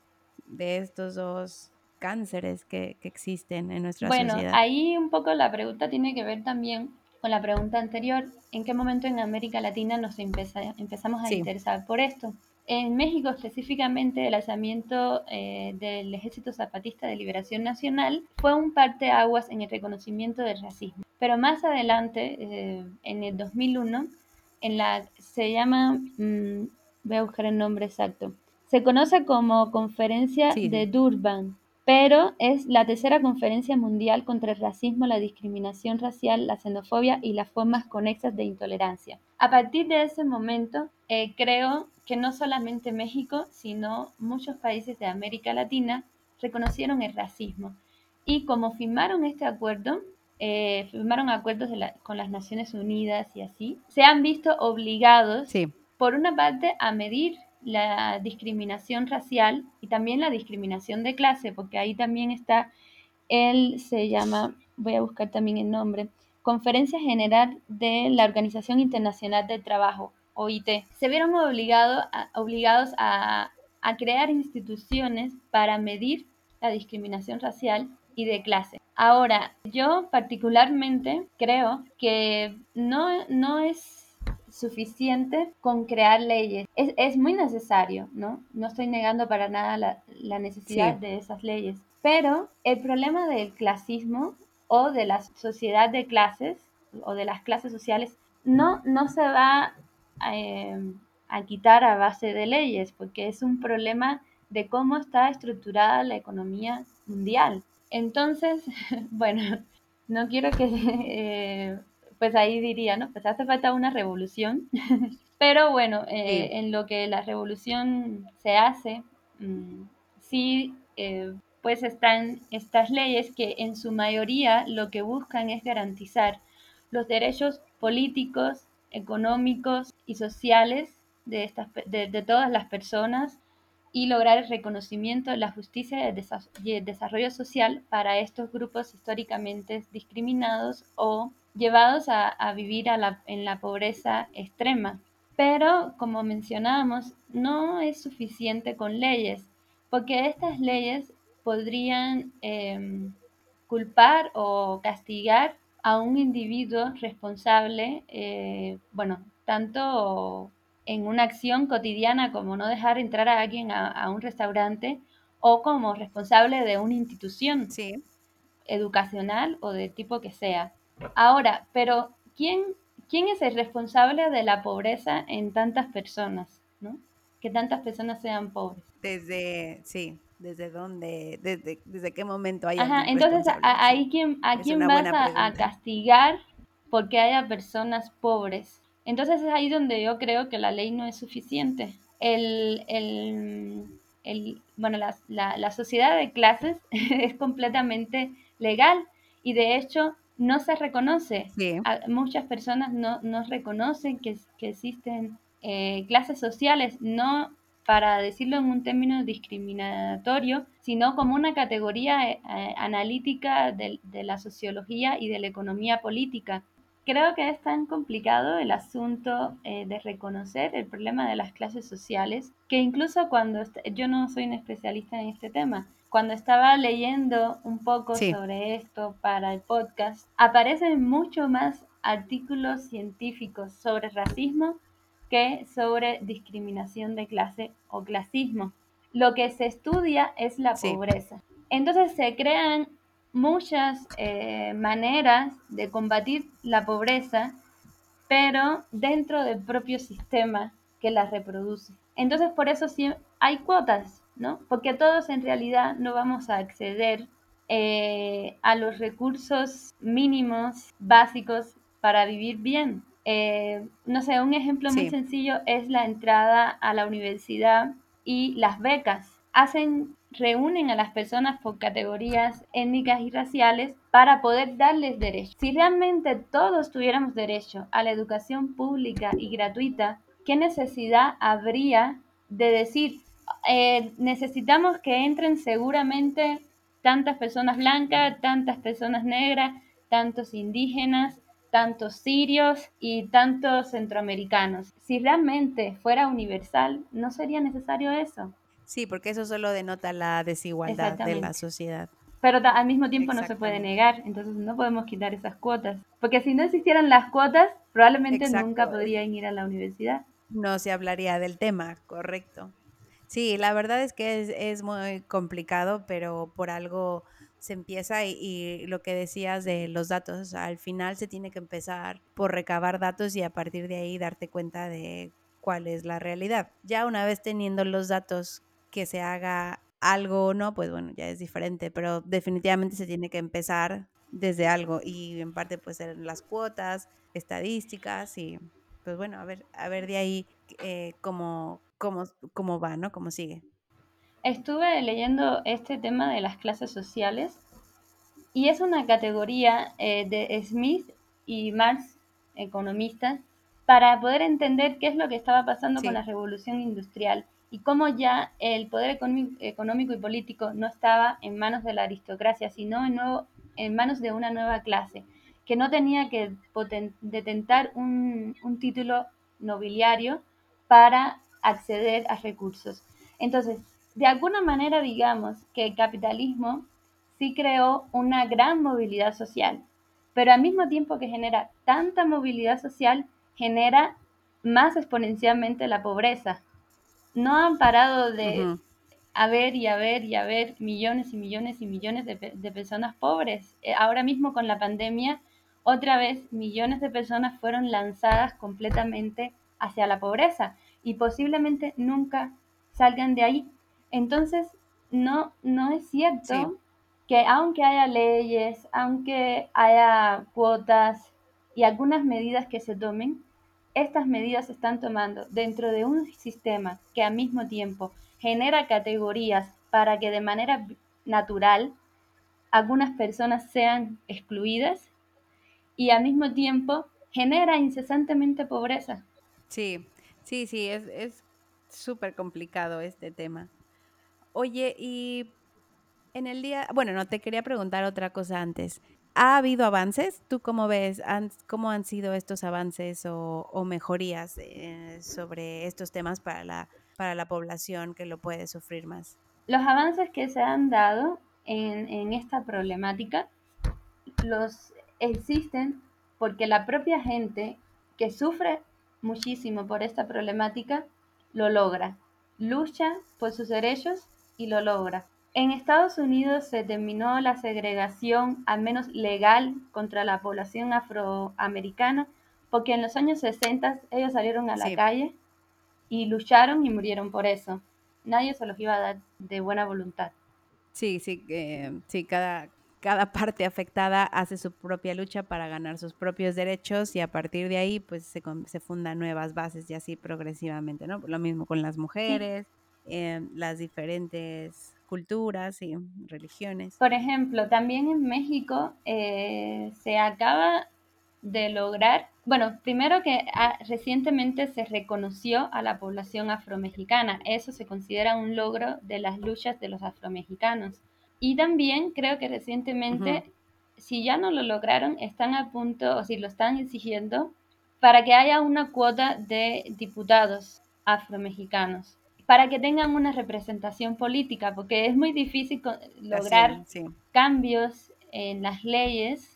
de estos dos cánceres que existen en nuestra Bueno, sociedad? ahí un poco la pregunta tiene que ver también con la pregunta anterior, ¿en qué momento en América Latina empezamos a Sí, interesar por esto? En México específicamente el alzamiento del Ejército Zapatista de Liberación Nacional fue un parteaguas en el reconocimiento del racismo. Pero más adelante, en el 2001, se llama, voy a buscar el nombre exacto, se conoce como Conferencia sí, de sí. Durban, pero es la tercera conferencia mundial contra el racismo, la discriminación racial, la xenofobia y las formas conexas de intolerancia. A partir de ese momento, creo que no solamente México, sino muchos países de América Latina reconocieron el racismo. Y como firmaron este acuerdo, firmaron acuerdos con las Naciones Unidas y así, se han visto obligados, Sí, por una parte, a medir la discriminación racial y también la discriminación de clase, porque ahí también está, él se llama, voy a buscar también el nombre, Conferencia General de la Organización Internacional del Trabajo, OIT. Se vieron obligados a crear instituciones para medir la discriminación racial y de clase. Ahora, yo particularmente creo que no es suficiente con crear leyes. Es muy necesario, ¿no? No estoy negando para nada la necesidad sí, de esas leyes. Pero el problema del clasismo o de la sociedad de clases o de las clases sociales no se va eh, a quitar a base de leyes, porque es un problema de cómo está estructurada la economía mundial. Entonces, bueno, no quiero que, pues ahí diría, ¿no? Pues hace falta una revolución, pero bueno, sí, en lo que la revolución se hace, sí, pues están estas leyes que en su mayoría lo que buscan es garantizar los derechos políticos, económicos y sociales de todas las personas y lograr el reconocimiento, la justicia y el desarrollo social para estos grupos históricamente discriminados o llevados a vivir en la pobreza extrema. Pero, como mencionábamos, no es suficiente con leyes, porque estas leyes podrían culpar o castigar a un individuo responsable, bueno, tanto en una acción cotidiana como no dejar entrar a alguien a un restaurante o como responsable de una institución Sí, educacional o de tipo que sea. Ahora, pero ¿quién es el responsable de la pobreza en tantas personas, ¿no? Que tantas personas sean pobres. desde dónde, desde qué momento hay Ajá, alguien entonces responsable, sí. ¿a Es quién una vas buena a pregunta. castigar porque haya personas pobres? Entonces es ahí donde yo creo que la ley no es suficiente. Bueno, la sociedad de clases es completamente legal y de hecho no se reconoce. Sí, Muchas personas no reconocen que existen clases sociales, no para decirlo en un término discriminatorio, sino como una categoría analítica de la sociología y de la economía política. Creo que es tan complicado el asunto de reconocer el problema de las clases sociales que incluso yo no soy un especialista en este tema, cuando estaba leyendo un poco sí, sobre esto para el podcast, aparecen mucho más artículos científicos sobre racismo que sobre discriminación de clase o clasismo. Lo que se estudia es la sí, pobreza. Entonces se crean muchas maneras de combatir la pobreza, pero dentro del propio sistema que la reproduce. Entonces por eso sí hay cuotas, ¿no? Porque todos en realidad no vamos a acceder a los recursos mínimos básicos para vivir bien. No sé, un ejemplo muy sí, sencillo es la entrada a la universidad y las becas. Reúnen a las personas por categorías étnicas y raciales para poder darles derechos. Si realmente todos tuviéramos derecho a la educación pública y gratuita, ¿qué necesidad habría de decir, necesitamos que entren seguramente tantas personas blancas, tantas personas negras, tantos indígenas, tantos sirios y tantos centroamericanos? Si realmente fuera universal, no sería necesario eso. sí, porque eso solo denota la desigualdad de la Exactamente. sociedad. Pero al mismo tiempo no se puede Exactamente. negar, entonces no podemos quitar esas cuotas. Porque si no existieran las cuotas, probablemente nunca Exacto. podrían ir a la universidad. No se hablaría del tema, correcto. Sí, la verdad es que es muy complicado, pero por algo se empieza y lo que decías de los datos, o sea, al final se tiene que empezar por recabar datos y a partir de ahí darte cuenta de cuál es la realidad. Ya una vez teniendo los datos, que se haga algo o no, pues bueno, ya es diferente, pero definitivamente se tiene que empezar desde algo y en parte pues ser las cuotas, estadísticas y pues bueno, a ver de ahí cómo va, ¿no? Cómo sigue. Estuve leyendo este tema de las clases sociales y es una categoría de Smith y Marx, economistas, para poder entender qué es lo que estaba pasando con Sí, la revolución industrial y cómo ya el poder económico y político no estaba en manos de la aristocracia, sino en manos de una nueva clase, que no tenía que detentar un título nobiliario para acceder a recursos. Entonces, de alguna manera, digamos que el capitalismo sí creó una gran movilidad social, pero al mismo tiempo que genera tanta movilidad social, genera más exponencialmente la pobreza. No han parado de ujú, haber y haber y haber millones y millones y millones de personas pobres. Ahora mismo con la pandemia, otra vez millones de personas fueron lanzadas completamente hacia la pobreza y posiblemente nunca salgan de ahí. Entonces, no es sí, cierto que aunque haya leyes, aunque haya cuotas y algunas medidas que se tomen, estas medidas se están tomando dentro de un sistema que al mismo tiempo genera categorías para que de manera natural algunas personas sean excluidas y al mismo tiempo genera incesantemente pobreza. sí, sí, es súper complicado este tema. Oye, y en el día, bueno, no te quería preguntar otra cosa antes. ¿Ha habido avances? ¿Tú cómo ves? ¿Cómo han sido estos avances o mejorías sobre estos temas para la población que lo puede sufrir más? Los avances que se han dado en esta problemática los existen porque la propia gente que sufre muchísimo por esta problemática lo logra, lucha por sus derechos y lo logra. En Estados Unidos se terminó la segregación, al menos legal, contra la población afroamericana, porque en los años 60 ellos salieron a la Sí, calle y lucharon y murieron por eso. Nadie se los iba a dar de buena voluntad. sí, sí, sí, cada parte afectada hace su propia lucha para ganar sus propios derechos y a partir de ahí pues se fundan nuevas bases y así progresivamente, ¿no? Lo mismo con las Sí, mujeres, las diferentes culturas y religiones. por ejemplo, también en México se acaba de lograr, bueno, primero que recientemente se reconoció a la población afromexicana, eso se considera un logro de las luchas de los afromexicanos. Y también creo que Ujú. recientemente, si ya no lo lograron, están a punto, o si lo están exigiendo, para que haya una cuota de diputados afromexicanos para que tengan una representación política, porque es muy difícil lograr Así, sí. cambios en las leyes,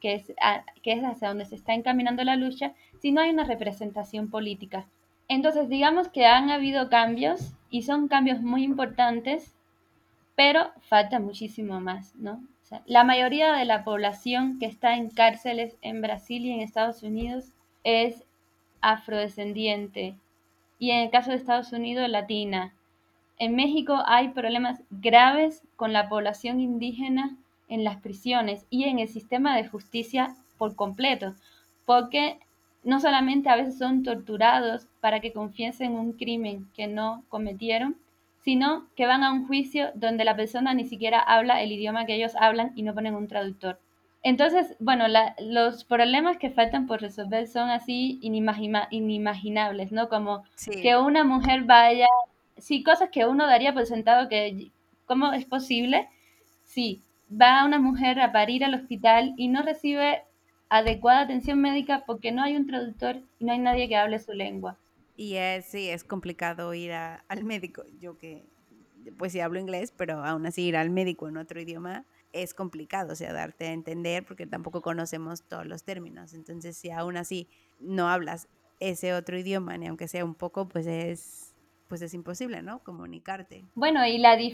que es hacia donde se está encaminando la lucha, si no hay una representación política. Entonces, digamos que han habido cambios y son cambios muy importantes, pero falta muchísimo más, ¿no? O sea, la mayoría de la población que está en cárceles en Brasil y en Estados Unidos es afrodescendiente y en el caso de Estados Unidos, latina. En México hay problemas graves con la población indígena en las prisiones y en el sistema de justicia por completo, porque no solamente a veces son torturados para que confiesen un crimen que no cometieron, sino que van a un juicio donde la persona ni siquiera habla el idioma que ellos hablan y no ponen un traductor. Entonces, bueno, los problemas que faltan por resolver son así inimaginables, ¿no? Como Sí, que una mujer vaya, sí, cosas que uno daría por sentado que, ¿cómo es posible? Sí, va una mujer a parir al hospital y no recibe adecuada atención médica porque no hay un traductor y no hay nadie que hable su lengua. y sí, es complicado ir al médico. Yo que, pues sí hablo inglés, pero aún así ir al médico en otro idioma es complicado, o sea, darte a entender porque tampoco conocemos todos los términos. Entonces, si aún así no hablas ese otro idioma, ni aunque sea un poco, pues es imposible, ¿no? Comunicarte. Bueno,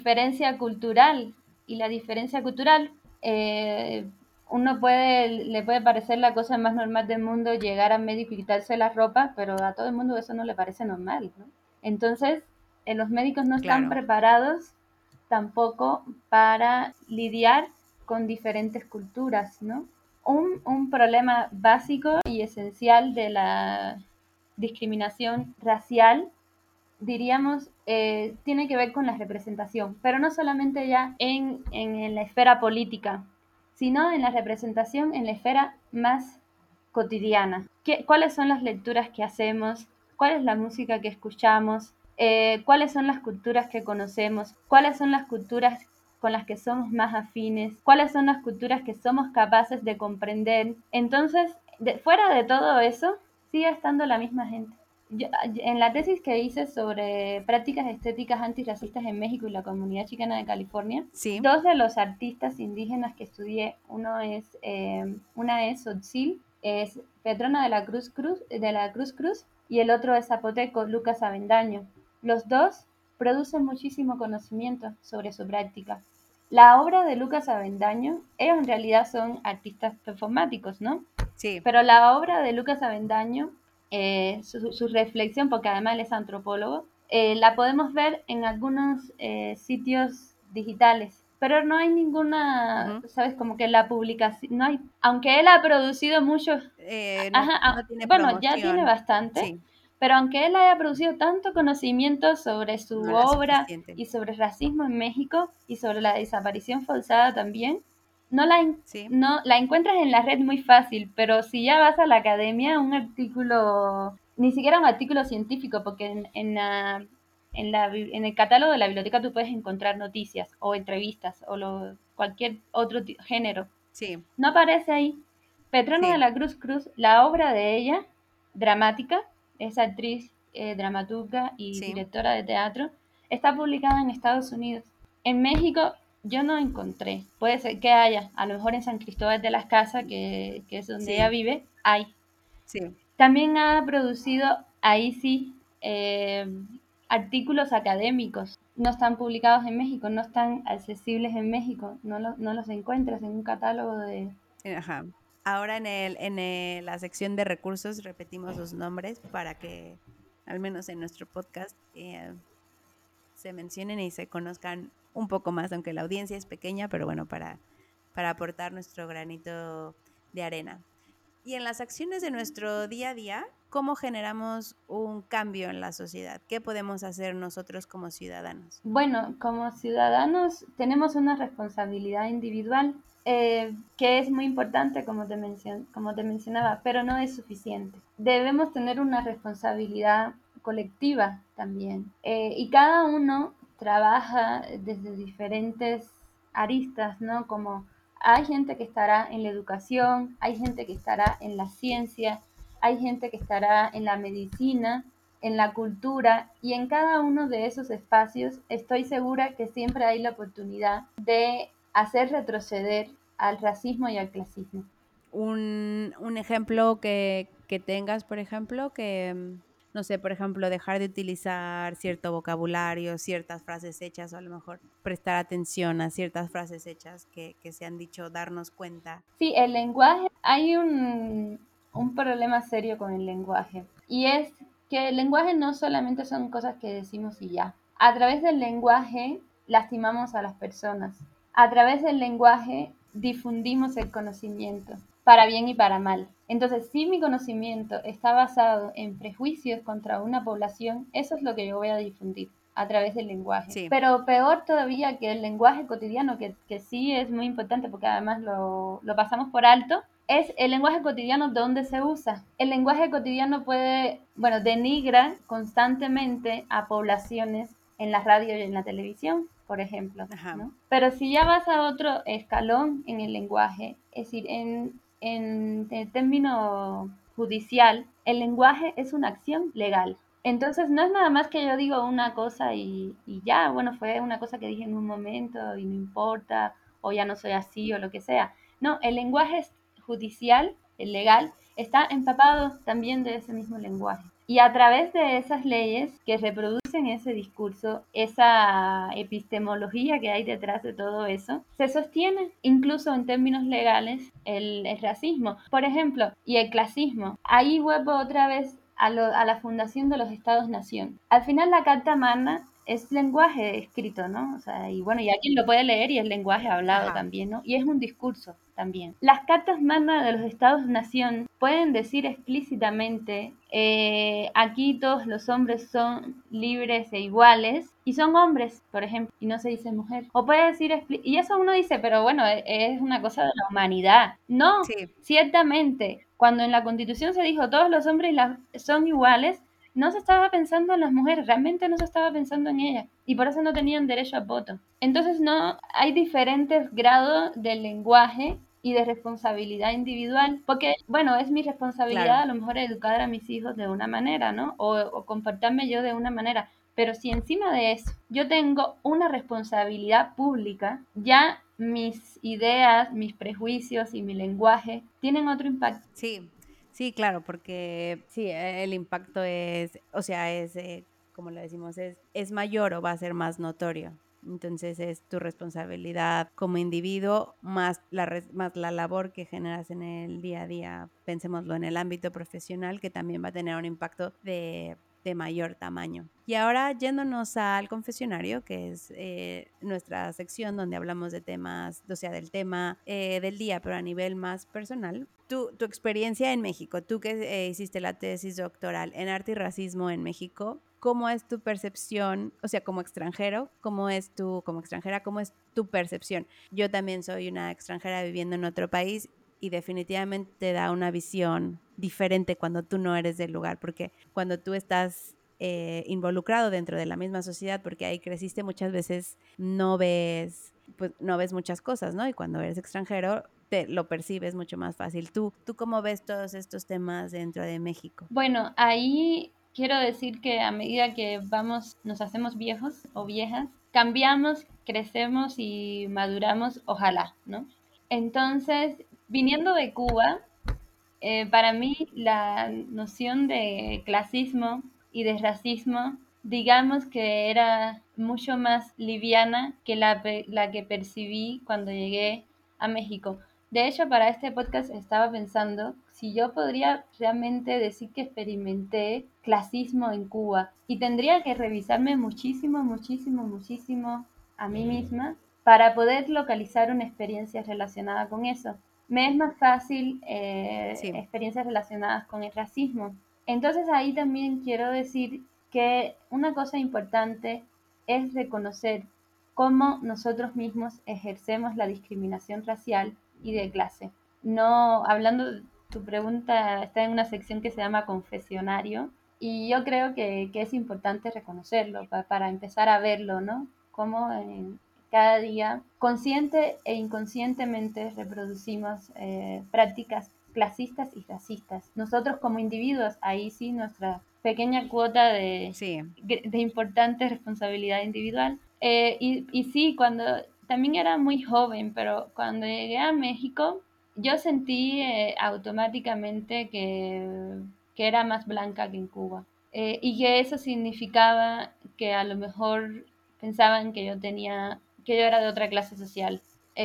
y la diferencia cultural, eh, uno le puede parecer la cosa más normal del mundo llegar al médico y quitarse la ropa, pero a todo el mundo eso no le parece normal, ¿no? Entonces, los médicos no están Claro. preparados tampoco para lidiar con diferentes culturas, ¿no? Un problema básico y esencial de la discriminación racial diríamos, tiene que ver con la representación, pero no solamente ya en la esfera política, sino en la representación en la esfera más cotidiana. ¿Cuáles son las lecturas que hacemos? ¿Cuál es la música que escuchamos? ¿Cuáles son las culturas que conocemos? ¿Cuáles son las culturas con las que somos más afines? ¿Cuáles son las culturas que somos capaces de comprender? Entonces, fuera de todo eso, sigue estando la misma gente. En la tesis que hice sobre prácticas estéticas antirracistas en México y la comunidad chicana de California, Sí. dos de los artistas indígenas que estudié, una es Otzil, es Petrona de la Cruz, y el otro es zapoteco, Lucas Avendaño. Los dos producen muchísimo conocimiento sobre su práctica. La obra de Lucas Avendaño, ellos en realidad son artistas performáticos, ¿no? Sí. Pero la obra de Lucas Avendaño, su reflexión, porque además él es antropólogo, la podemos ver en algunos sitios digitales, pero no hay ninguna, Ujú. sabes, como que la publicación, no hay, aunque él ha producido muchos, No, ajá, no tiene bueno, ya tiene promoción. bastante, Sí, pero aunque él haya producido tanto conocimiento sobre no su la obra suficiente. y sobre el racismo en México y sobre la desaparición forzada también, no la, Sí. no, la encuentras en la red muy fácil, pero si ya vas a la academia, un artículo, ni siquiera un artículo científico, porque en el catálogo de la biblioteca tú puedes encontrar noticias o entrevistas o cualquier otro género. Sí, No aparece ahí. Petrona de sí, la Cruz Cruz, la obra de ella, dramática, es actriz, dramaturga y sí, directora de teatro, está publicada en Estados Unidos. En México yo no encontré, puede ser que haya, a lo mejor en San Cristóbal de las Casas, que es donde ella sí, vive, hay. sí. También ha producido, ahí sí, artículos académicos. No están publicados en México, no están accesibles en México, no los encuentras en un catálogo de... Ajá. Ahora la sección de recursos repetimos sus nombres para que, al menos en nuestro podcast, se mencionen y se conozcan un poco más, aunque la audiencia es pequeña, pero bueno, para aportar nuestro granito de arena. Y en las acciones de nuestro día a día, ¿cómo generamos un cambio en la sociedad? ¿Qué podemos hacer nosotros como ciudadanos? Bueno, como ciudadanos tenemos una responsabilidad individual que es muy importante, como te mencionaba, pero no es suficiente. Debemos tener una responsabilidad colectiva también. Y cada uno trabaja desde diferentes aristas, ¿no? Como hay gente que estará en la educación, hay gente que estará en la ciencia, hay gente que estará en la medicina, en la cultura, y en cada uno de esos espacios estoy segura que siempre hay la oportunidad de hacer retroceder al racismo y al clasismo. Un ejemplo que tengas, por ejemplo, no sé, por ejemplo, dejar de utilizar cierto vocabulario, ciertas frases hechas, o a lo mejor prestar atención a ciertas frases hechas que se han dicho, darnos cuenta. Sí, el lenguaje, hay un problema serio con el lenguaje, y es que el lenguaje no solamente son cosas que decimos y ya. A través del lenguaje lastimamos a las personas. A través del lenguaje difundimos el conocimiento, para bien y para mal. Entonces, si mi conocimiento está basado en prejuicios contra una población, eso es lo que yo voy a difundir a través del lenguaje. Sí, Pero peor todavía que el lenguaje cotidiano, que sí es muy importante porque además lo pasamos por alto, es el lenguaje cotidiano donde se usa. El lenguaje cotidiano puede, bueno, denigra constantemente a poblaciones en la radio y en la televisión, por ejemplo, ajá, ¿no? Pero si ya vas a otro escalón en el lenguaje, es decir, en el término judicial, el lenguaje es una acción legal. Entonces no es nada más que yo digo una cosa y ya, bueno, fue una cosa que dije en un momento y no importa, o ya no soy así o lo que sea. No, el lenguaje judicial, el legal, está empapado también de ese mismo lenguaje. Y a través de esas leyes que reproducen ese discurso, esa epistemología que hay detrás de todo eso, se sostiene incluso en términos legales el racismo, por ejemplo, y el clasismo. Ahí vuelvo otra vez a la fundación de los Estados-Nación. Al final la Carta Magna es lenguaje escrito, ¿no? O sea, y bueno, y alguien lo puede leer y es lenguaje hablado ajá. también, ¿no? Y es un discurso también. Las cartas magna de los Estados-Nación pueden decir explícitamente, aquí todos los hombres son libres e iguales, y son hombres, por ejemplo, y no se dice mujer. O puede decir, y eso uno dice, pero bueno, es una cosa de la humanidad. No, Sí, ciertamente, cuando en la Constitución se dijo todos los hombres son iguales, no se estaba pensando en las mujeres, realmente no se estaba pensando en ellas y por eso no tenían derecho al voto. Entonces no hay diferentes grados del lenguaje y de responsabilidad individual, porque bueno, es mi responsabilidad claro. a lo mejor educar a mis hijos de una manera, ¿no? O comportarme yo de una manera, pero si encima de eso yo tengo una responsabilidad pública, ya mis ideas, mis prejuicios y mi lenguaje tienen otro impacto. Sí, sí, claro, porque sí, el impacto es, o sea, como lo decimos, es mayor o va a ser más notorio. Entonces es tu responsabilidad como individuo más la labor que generas en el día a día, pensémoslo en el ámbito profesional, que también va a tener un impacto de mayor tamaño. Y ahora yéndonos al confesionario, que es nuestra sección donde hablamos de temas, o sea, del tema del día, pero a nivel más personal. Tu experiencia en México, tú que hiciste la tesis doctoral en arte y racismo en México, ¿cómo es tu percepción, o sea, como extranjero, como extranjera, cómo es tu percepción? Yo también soy una extranjera viviendo en otro país y definitivamente te da una visión diferente cuando tú no eres del lugar, porque cuando tú estás involucrado dentro de la misma sociedad, porque ahí creciste, muchas veces no ves, pues, no ves muchas cosas, ¿no? Y cuando eres extranjero, te lo percibes mucho más fácil. ¿Tú cómo ves todos estos temas dentro de México? Bueno, ahí quiero decir que a medida que vamos, nos hacemos viejos o viejas, cambiamos, crecemos y maduramos, ojalá, ¿no? Entonces, viniendo de Cuba, para mí la noción de clasismo y de racismo, digamos que era mucho más liviana que la que percibí cuando llegué a México. De hecho, para este podcast estaba pensando si yo podría realmente decir que experimenté clasismo en Cuba y tendría que revisarme muchísimo, muchísimo, muchísimo a mí misma para poder localizar una experiencia relacionada con eso. Me es más fácil Sí, experiencias relacionadas con el racismo. Entonces ahí también quiero decir que una cosa importante es reconocer cómo nosotros mismos ejercemos la discriminación racial y de clase. No, hablando, tu pregunta está en una sección que se llama confesionario y yo creo que es importante reconocerlo para empezar a verlo, ¿no? Cómo cada día, consciente e inconscientemente, reproducimos prácticas clasistas y racistas. Nosotros como individuos, ahí sí nuestra pequeña cuota sí, de importante responsabilidad individual. Y sí, cuando también era muy joven, pero cuando llegué a México, yo sentí automáticamente que era más blanca que en Cuba. Y que eso significaba que a lo mejor pensaban que yo tenía, que yo era de otra clase social.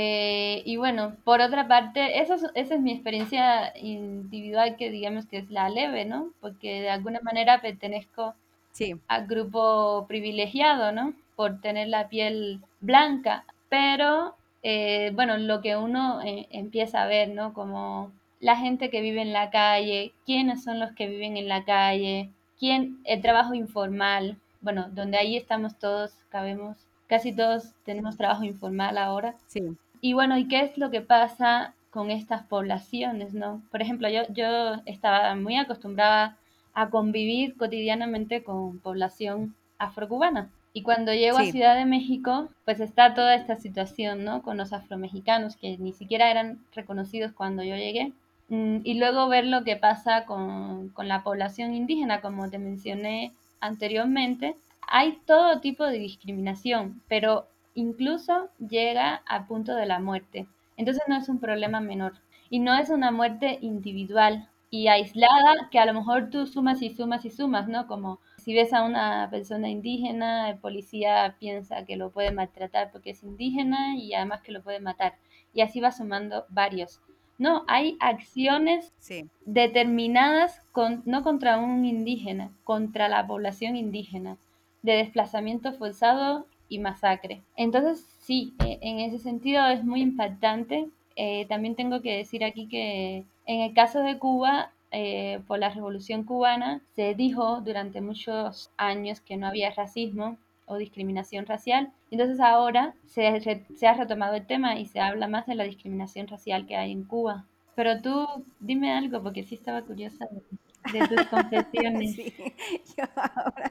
Y bueno, por otra parte, esa es mi experiencia individual que digamos que es la leve, ¿no? Porque de alguna manera pertenezco sí, al grupo privilegiado, ¿no? Por tener la piel blanca, pero bueno, lo que uno empieza a ver, ¿no? Como la gente que vive en la calle, quiénes son los que viven en la calle, el trabajo informal, bueno, donde ahí estamos todos, cabemos, casi todos tenemos trabajo informal ahora, sí, y bueno, ¿y qué es lo que pasa con estas poblaciones, no? Por ejemplo, yo estaba muy acostumbrada a convivir cotidianamente con población afrocubana. Y cuando llego a sí, Ciudad de México, pues está toda esta situación, ¿no? Con los afromexicanos que ni siquiera eran reconocidos cuando yo llegué. Y luego ver lo que pasa con la población indígena, como te mencioné anteriormente. Hay todo tipo de discriminación, pero incluso llega al punto de la muerte. Entonces no es un problema menor y no es una muerte individual y aislada que a lo mejor tú sumas y sumas y sumas, ¿no? Como si ves a una persona indígena, el policía piensa que lo puede maltratar porque es indígena y además que lo puede matar. Y así va sumando varios. No, hay acciones sí, determinadas no contra un indígena, contra la población indígena, de desplazamiento forzado y masacre. Entonces, sí, en ese sentido es muy impactante. También tengo que decir aquí que en el caso de Cuba, por la Revolución Cubana, se dijo durante muchos años que no había racismo o discriminación racial. Entonces ahora se ha retomado el tema y se habla más de la discriminación racial que hay en Cuba. Pero tú dime algo, porque sí estaba curiosa de tus confesiones. sí. Yo ahora,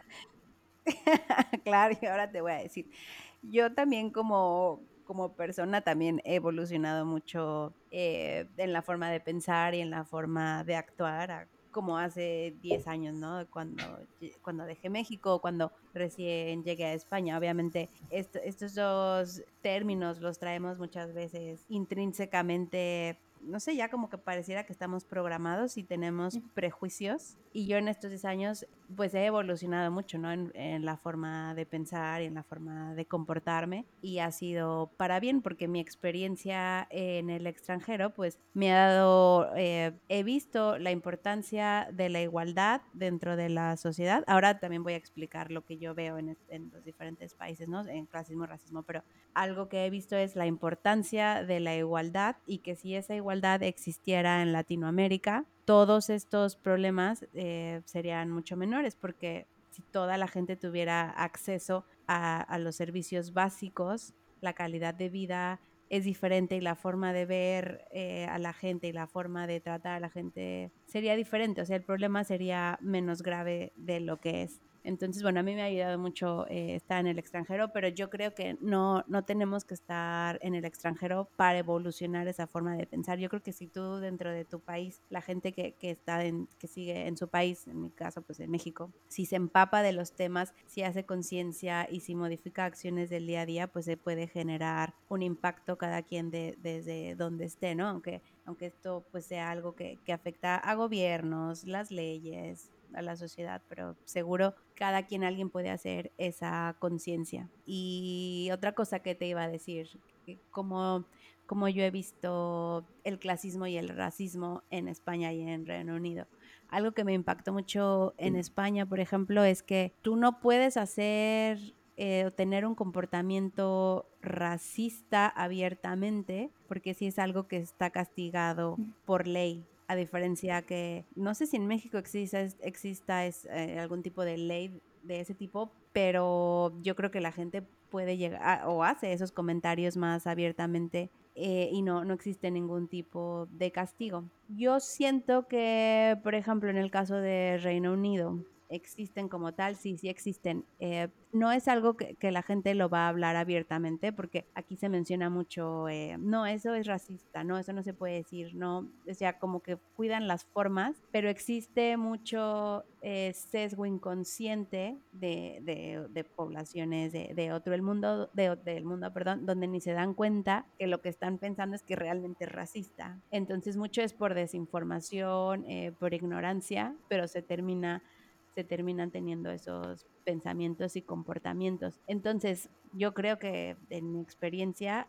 claro, y ahora te voy a decir. Yo también como persona también he evolucionado mucho en la forma de pensar y en la forma de actuar, como hace 10 años, ¿no? Cuando dejé México, cuando recién llegué a España. Obviamente, estos dos términos los traemos muchas veces intrínsecamente, no sé, ya como que pareciera que estamos programados y tenemos prejuicios. Y yo en estos 10 años, pues he evolucionado mucho, ¿no? En la forma de pensar y en la forma de comportarme. Y ha sido para bien, porque mi experiencia en el extranjero, pues me ha dado, he visto la importancia de la igualdad dentro de la sociedad. Ahora también voy a explicar lo que yo veo en los diferentes países, ¿no? En clasismo, racismo, pero algo que he visto es la importancia de la igualdad y que si esa igualdad existiera en Latinoamérica, todos estos problemas serían mucho menores porque si toda la gente tuviera acceso a los servicios básicos, la calidad de vida es diferente y la forma de ver a la gente y la forma de tratar a la gente sería diferente, o sea, el problema sería menos grave de lo que es. Entonces, bueno, a mí me ha ayudado mucho estar en el extranjero, pero yo creo que no tenemos que estar en el extranjero para evolucionar esa forma de pensar. Yo creo que si tú dentro de tu país, la gente que está que sigue en su país, en mi caso, pues en México, si se empapa de los temas, si hace conciencia y si modifica acciones del día a día, pues se puede generar un impacto cada quien desde donde esté, ¿no? Aunque esto pues sea algo que afecta a gobiernos, las leyes, a la sociedad, pero seguro cada quien, alguien puede hacer esa conciencia. Y otra cosa que te iba a decir, como yo he visto el clasismo y el racismo en España y en Reino Unido. Algo que me impactó mucho en España, por ejemplo, es que tú no puedes hacer o tener un comportamiento racista abiertamente, porque sí es algo que está castigado por ley, a diferencia que, no sé si en México exista algún tipo de ley de ese tipo, pero yo creo que la gente puede llegar o hace esos comentarios más abiertamente y no existe ningún tipo de castigo. Yo siento que, por ejemplo, en el caso de Reino Unido, existen como tal, sí, sí existen. No es algo que la gente lo va a hablar abiertamente, porque aquí se menciona mucho, no, eso es racista, no, eso no se puede decir, no, o sea, como que cuidan las formas, pero existe mucho sesgo inconsciente de poblaciones de otro el mundo, del mundo, perdón, donde ni se dan cuenta que lo que están pensando es que realmente es racista. Entonces, mucho es por desinformación, por ignorancia, pero se terminan teniendo esos pensamientos y comportamientos. Entonces, yo creo que en mi experiencia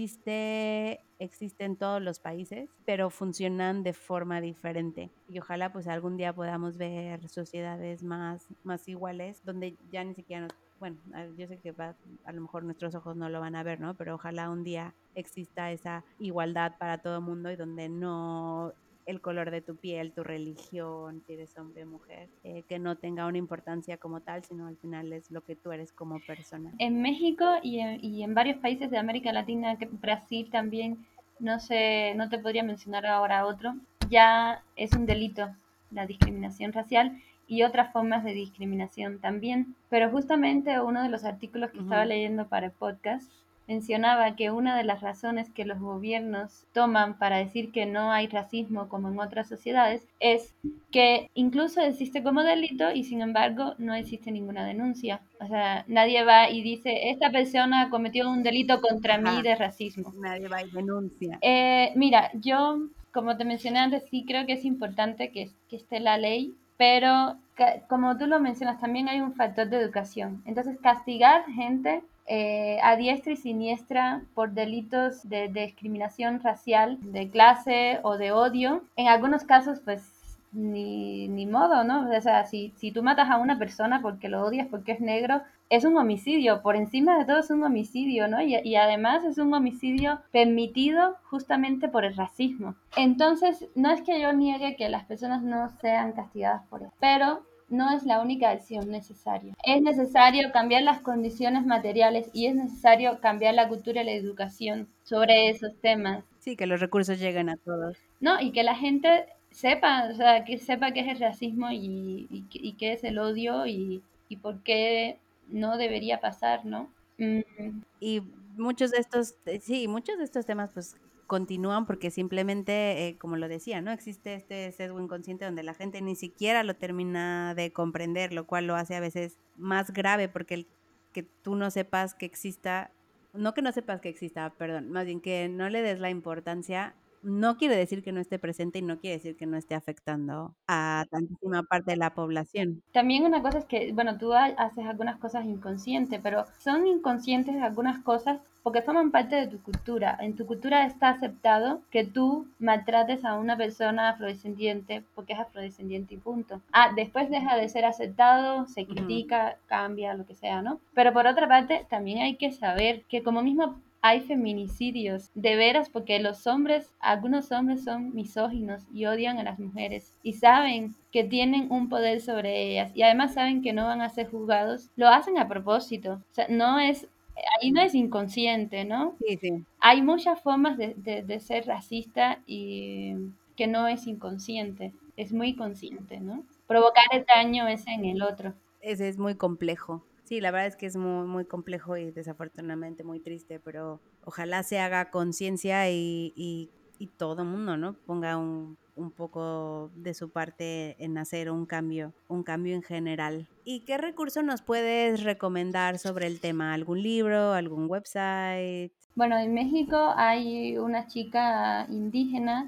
existe en todos los países, pero funcionan de forma diferente. Y ojalá pues algún día podamos ver sociedades más iguales, donde ya ni siquiera bueno, yo sé que a lo mejor nuestros ojos no lo van a ver, ¿no? Pero ojalá un día exista esa igualdad para todo el mundo y donde no el color de tu piel, tu religión, si eres hombre o mujer, que no tenga una importancia como tal, sino al final es lo que tú eres como persona. En México y en varios países de América Latina, Brasil también, no sé, no te podría mencionar ahora otro, ya es un delito la discriminación racial y otras formas de discriminación también. Pero justamente uno de los artículos que estaba Ujú. leyendo para el podcast mencionaba que una de las razones que los gobiernos toman para decir que no hay racismo como en otras sociedades es que incluso existe como delito y sin embargo no existe ninguna denuncia. O sea, nadie va y dice, esta persona cometió un delito contra mí Ajá, de racismo. nadie va y denuncia. Mira, yo, como te mencioné antes, sí creo que es importante que esté la ley, pero como tú lo mencionas, también hay un factor de educación. Entonces, castigar gente a diestra y siniestra por delitos de discriminación racial, de clase o de odio, en algunos casos, pues ni modo, ¿no? O sea, si tú matas a una persona porque lo odias, porque es negro, es un homicidio, por encima de todo es un homicidio, ¿no? Y además es un homicidio permitido justamente por el racismo. Entonces, no es que yo niegue que las personas no sean castigadas por eso, pero no es la única acción necesaria. Es necesario cambiar las condiciones materiales y es necesario cambiar la cultura y la educación sobre esos temas, Sí, que los recursos lleguen a todos. ¿no? Y que la gente sepa, o sea, que sepa qué es el racismo y qué es el odio y por qué no debería pasar, ¿no? Y muchos de estos, sí, muchos de estos temas pues continúan porque simplemente, como lo decía, ¿no? Existe este sesgo inconsciente donde la gente ni siquiera lo termina de comprender, lo cual lo hace a veces más grave porque el que tú no sepas que exista, no que no sepas que exista, perdón, más bien que no le des la importancia, no quiere decir que no esté presente y no quiere decir que no esté afectando a tantísima parte de la población. También una cosa es que, bueno, tú haces algunas cosas inconscientes, pero son inconscientes algunas cosas porque forman parte de tu cultura. En tu cultura está aceptado que tú maltrates a una persona afrodescendiente porque es afrodescendiente y punto. Ah, después deja de ser aceptado, se Ujú. critica, cambia, lo que sea, ¿no? Pero por otra parte, también hay que saber que como mismo hay feminicidios, de veras, porque los hombres, algunos hombres son misóginos y odian a las mujeres y saben que tienen un poder sobre ellas y además saben que no van a ser juzgados, lo hacen a propósito. O sea, no es, ahí no es inconsciente, ¿no? Sí, sí. Hay muchas formas de ser racista y que no es inconsciente. es muy consciente, ¿no? Provocar el daño es en el otro. Ese es muy complejo. Sí, la verdad es que es muy, muy complejo y desafortunadamente muy triste, pero ojalá se haga conciencia y todo el mundo, ¿no? Ponga un poco de su parte en hacer un cambio en general. ¿Y qué recurso nos puedes recomendar sobre el tema? ¿Algún libro, algún website? Bueno, en México hay una chica indígena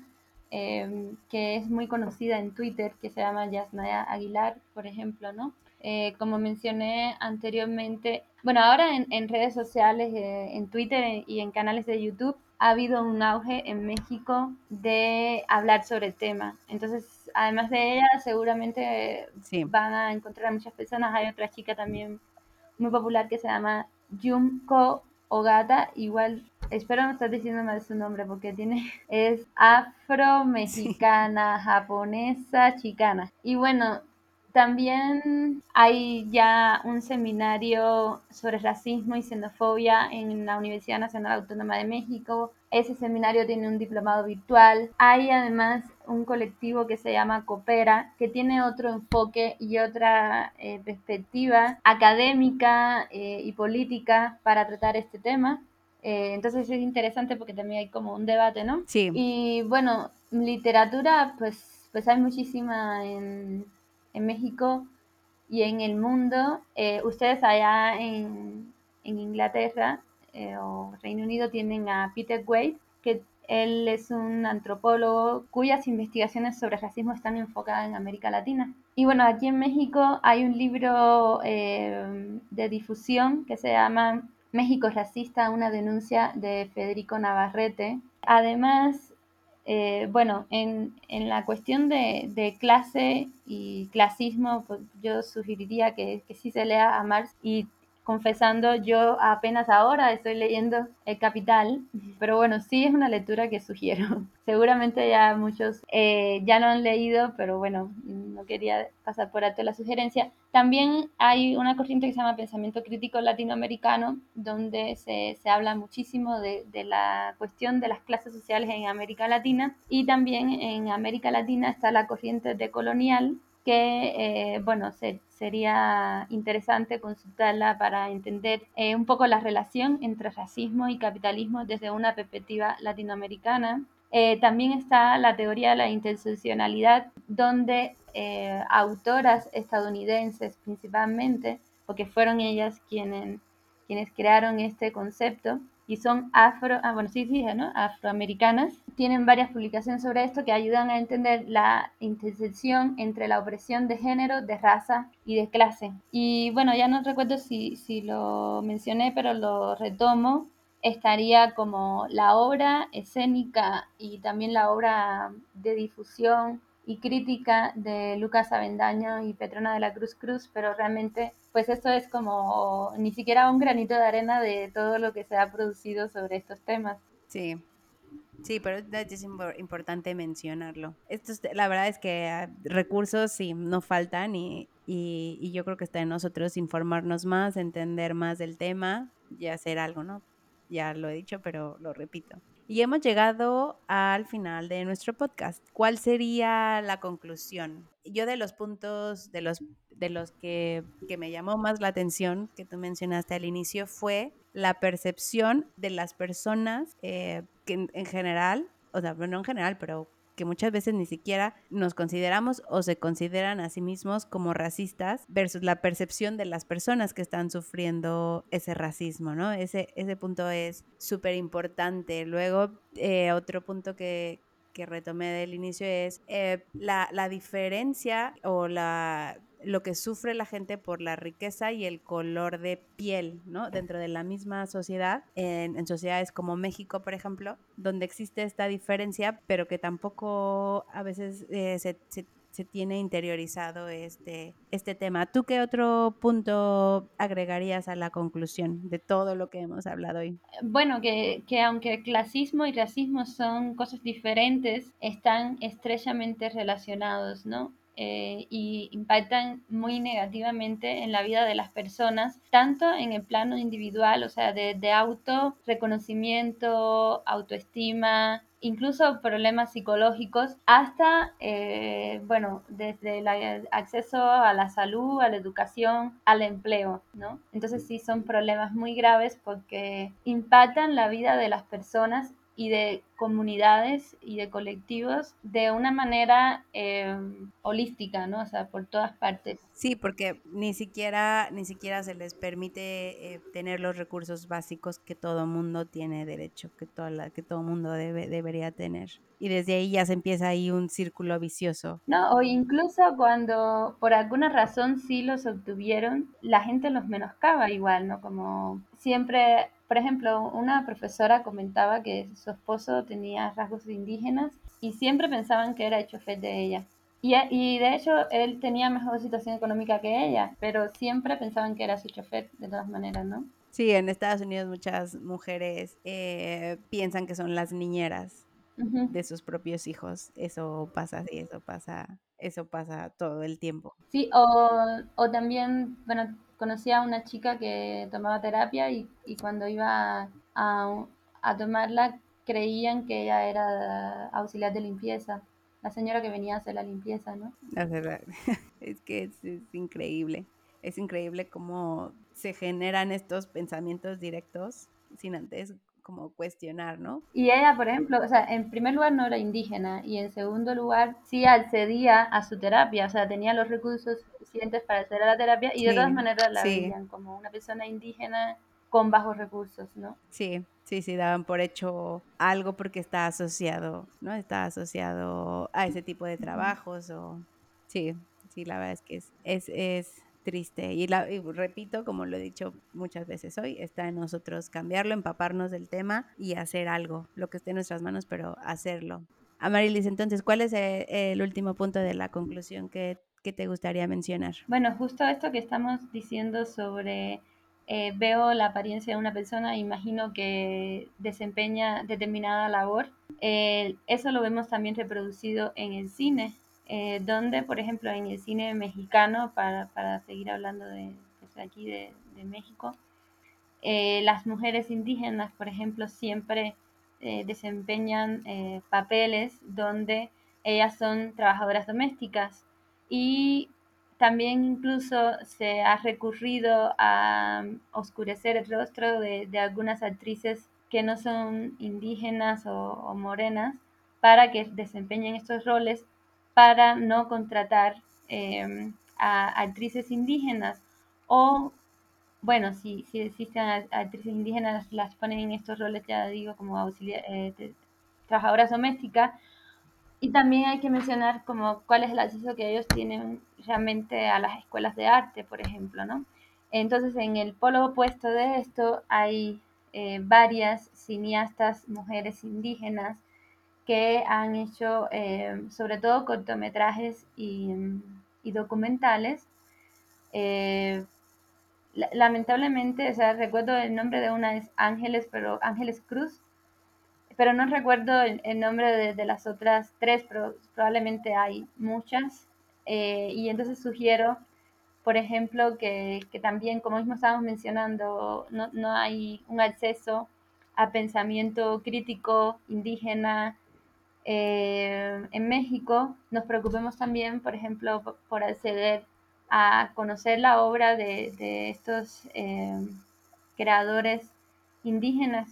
que es muy conocida en Twitter, que se llama Yasnaya Aguilar, por ejemplo, ¿no? Como mencioné anteriormente, bueno, ahora en redes sociales, en Twitter y en canales de YouTube, ha habido un auge en México de hablar sobre el tema. Entonces, además de ella, seguramente Sí, van a encontrar a muchas personas. Hay otra chica también muy popular que se llama Junko Ogata, igual espero no estar diciendo mal su nombre porque es sí, afro-mexicana, japonesa, chicana. Y bueno, también hay ya un seminario sobre racismo y xenofobia en la Universidad Nacional Autónoma de México. Ese seminario tiene un diplomado virtual. Hay además un colectivo que se llama Coopera, que tiene otro enfoque y otra perspectiva académica y política para tratar este tema. Entonces es interesante porque también hay como un debate, ¿no? sí. Y bueno, literatura, pues hay muchísima en México y en el mundo. Ustedes allá en Inglaterra o Reino Unido tienen a Peter Wade, que él es un antropólogo cuyas investigaciones sobre racismo están enfocadas en América Latina. Y bueno, aquí en México hay un libro de difusión que se llama México racista, una denuncia de Federico Navarrete. Además, bueno, en la cuestión de clase y clasismo, pues yo sugeriría que sí se lea a Marx y confesando, yo apenas ahora estoy leyendo El Capital, pero bueno, sí es una lectura que sugiero. Seguramente ya muchos ya lo han leído, pero bueno, no quería pasar por alto la sugerencia. También hay una corriente que se llama pensamiento crítico latinoamericano, donde se habla muchísimo de la cuestión de las clases sociales en América Latina, y también en América Latina está la corriente decolonial, que bueno, sería interesante consultarla para entender un poco la relación entre racismo y capitalismo desde una perspectiva latinoamericana. También está la teoría de la interseccionalidad, donde autoras estadounidenses principalmente, porque fueron ellas quienes crearon este concepto, y son bueno, sí dije, ¿no? Afroamericanas. Tienen varias publicaciones sobre esto que ayudan a entender la intersección entre la opresión de género, de raza y de clase. Y bueno, ya no recuerdo si lo mencioné, pero lo retomo. Estaría como la obra escénica y también la obra de difusión y crítica de Lucas Avendaño y Petrona de la Cruz Cruz, pero realmente pues esto es como ni siquiera un granito de arena de todo lo que se ha producido sobre estos temas. Sí. Sí, pero es importante mencionarlo. La verdad es que recursos sí, no faltan y yo creo que está en nosotros informarnos más, entender más del tema y hacer algo, ¿no? Ya lo he dicho, pero lo repito. Y hemos llegado al final de nuestro podcast. ¿Cuál sería la conclusión? Yo de los puntos, de los que me llamó más la atención que tú mencionaste al inicio fue la percepción de las personas que en general, o sea, no en general, pero que muchas veces ni siquiera nos consideramos o se consideran a sí mismos como racistas versus la percepción de las personas que están sufriendo ese racismo, ¿no? Ese punto es súper importante. Luego, otro punto que retomé del inicio es la diferencia o lo que sufre la gente por la riqueza y el color de piel, ¿no? Dentro de la misma sociedad, en sociedades como México, por ejemplo, donde existe esta diferencia, pero que tampoco a veces se tiene interiorizado este tema. ¿Tú qué otro punto agregarías a la conclusión de todo lo que hemos hablado hoy? Bueno, que aunque clasismo y racismo son cosas diferentes, están estrechamente relacionados, ¿no? y impactan muy negativamente en la vida de las personas, tanto en el plano individual, o sea, de auto reconocimiento, autoestima, incluso problemas psicológicos, hasta, bueno, desde el acceso a la salud, a la educación, al empleo, ¿no? Entonces sí son problemas muy graves porque impactan la vida de las personas y de comunidades y de colectivos de una manera holística, ¿no? O sea, por todas partes. Sí, porque ni siquiera se les permite tener los recursos básicos que todo mundo tiene derecho, que todo mundo debería tener. Y desde ahí ya se empieza ahí un círculo vicioso. ¿No? O incluso cuando por alguna razón sí los obtuvieron, la gente los menoscaba igual, ¿no? Como siempre, por ejemplo, una profesora comentaba que su esposo tenía rasgos indígenas y siempre pensaban que era el chofer de ella. Y de hecho él tenía mejor situación económica que ella, pero siempre pensaban que era su chofer de todas maneras, ¿no? Sí, en Estados Unidos muchas mujeres piensan que son las niñeras Ujú. de sus propios hijos. Eso pasa, sí, eso pasa todo el tiempo. Sí, o también, bueno, conocí a una chica que tomaba terapia y cuando iba a tomarla creían que ella era auxiliar de limpieza, la señora que venía a hacer la limpieza, ¿no? La verdad, es que es increíble. Es increíble cómo se generan estos pensamientos directos sin antes como cuestionar, ¿no? Y ella, por ejemplo, o sea, en primer lugar no era indígena y en segundo lugar sí accedía a su terapia, o sea, tenía los recursos suficientes para acceder a la terapia y de todas Sí, maneras la sí, veían como una persona indígena con bajos recursos, ¿no? sí, daban por hecho algo porque está asociado, ¿no? Está asociado a ese tipo de trabajos o sí, sí, la verdad es que es triste. Y repito, como lo he dicho muchas veces hoy, está en nosotros cambiarlo, empaparnos del tema y hacer algo, lo que esté en nuestras manos, pero hacerlo. Amarilis, entonces, ¿cuál es el último punto de la conclusión que te gustaría mencionar? Bueno, justo esto que estamos diciendo sobre veo la apariencia de una persona, imagino que desempeña determinada labor. Eso lo vemos también reproducido en el cine, donde, por ejemplo, en el cine mexicano, para seguir hablando de, pues, aquí de México, las mujeres indígenas, por ejemplo, siempre desempeñan papeles donde ellas son trabajadoras domésticas y también incluso se ha recurrido a oscurecer el rostro de algunas actrices que no son indígenas o morenas para que desempeñen estos roles para no contratar a actrices indígenas o bueno, si existen actrices indígenas, las ponen en estos roles, ya digo, como trabajadoras domésticas. Y también hay que mencionar como cuál es el acceso que ellos tienen realmente a las escuelas de arte, por ejemplo, ¿no? Entonces, en el polo opuesto de esto hay varias cineastas mujeres indígenas que han hecho sobre todo cortometrajes y documentales eh, lamentablemente, o sea, recuerdo el nombre de una es Ángeles, pero Ángeles Cruz, pero no recuerdo el nombre de las otras tres, pero probablemente hay muchas. Y entonces sugiero, por ejemplo, que también, como mismo estábamos mencionando, no hay un acceso a pensamiento crítico indígena en México, nos preocupemos también, por ejemplo, por acceder a conocer la obra de estos creadores indígenas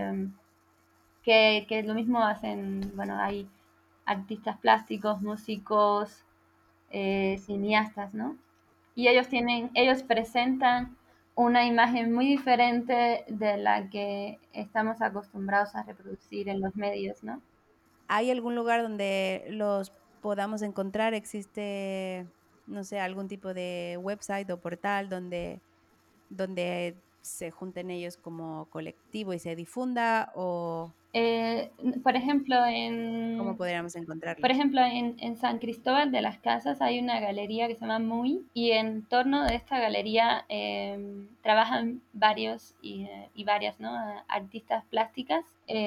que lo mismo hacen, bueno, hay artistas plásticos, músicos, cineastas, ¿no? Y ellos presentan una imagen muy diferente de la que estamos acostumbrados a reproducir en los medios, ¿no? ¿Hay algún lugar donde los podamos encontrar? ¿Existe, no sé, algún tipo de website o portal donde se junten ellos como colectivo y se difunda? Por ejemplo, ¿Cómo podríamos encontrarlos? Por ejemplo, en San Cristóbal de las Casas hay una galería que se llama Muy, y en torno de esta galería trabajan varios y varias, ¿no? Artistas plásticas.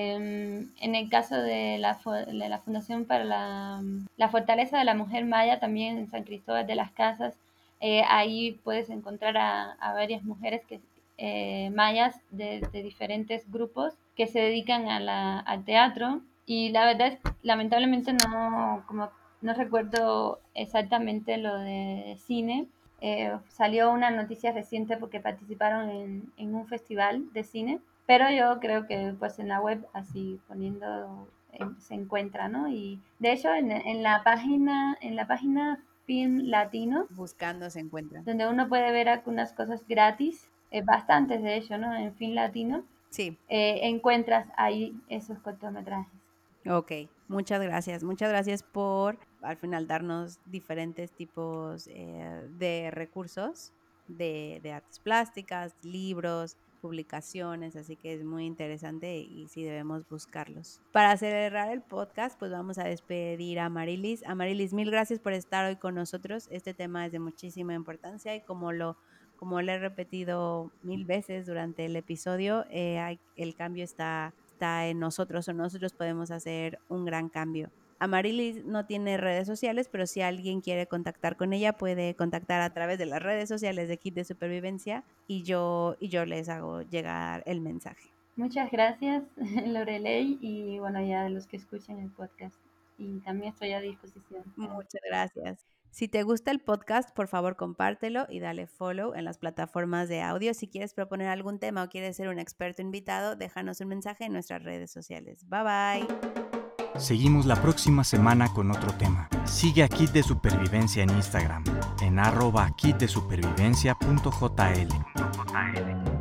En el caso de la Fundación para la Fortaleza de la Mujer Maya, también en San Cristóbal de las Casas, ahí puedes encontrar a varias mujeres mayas de diferentes grupos que se dedican al teatro. Y la verdad es, lamentablemente no recuerdo exactamente lo de cine. Salió una noticia reciente porque participaron en un festival de cine, pero yo creo que pues en la web, así poniendo, se encuentra, ¿no? Y de hecho en la página Film Latino, Buscando se encuentra. donde uno puede ver algunas cosas gratis, bastantes de hecho, ¿no? En Film Latino, Sí. encuentras ahí esos cortometrajes. Ok, muchas gracias. Muchas gracias por al final darnos diferentes tipos de recursos de artes plásticas, libros, publicaciones, así que es muy interesante y sí debemos buscarlos. Para cerrar el podcast, pues vamos a despedir a Amarilis. Amarilis, mil gracias por estar hoy con nosotros. Este tema es de muchísima importancia y como le he repetido 1000 veces durante el episodio, el cambio está en nosotros o nosotros podemos hacer un gran cambio. Amarilis no tiene redes sociales, pero si alguien quiere contactar con ella, puede contactar a través de las redes sociales de Kit de Supervivencia y yo les hago llegar el mensaje. Muchas gracias, Lorelei, y bueno, ya de los que escuchen el podcast. Y también estoy a disposición. Muchas gracias. Si te gusta el podcast, por favor compártelo y dale follow en las plataformas de audio. Si quieres proponer algún tema o quieres ser un experto invitado, déjanos un mensaje en nuestras redes sociales. Bye bye. Seguimos la próxima semana con otro tema. Sigue a Kit de Supervivencia en Instagram, en @kitdesupervivencia.jl.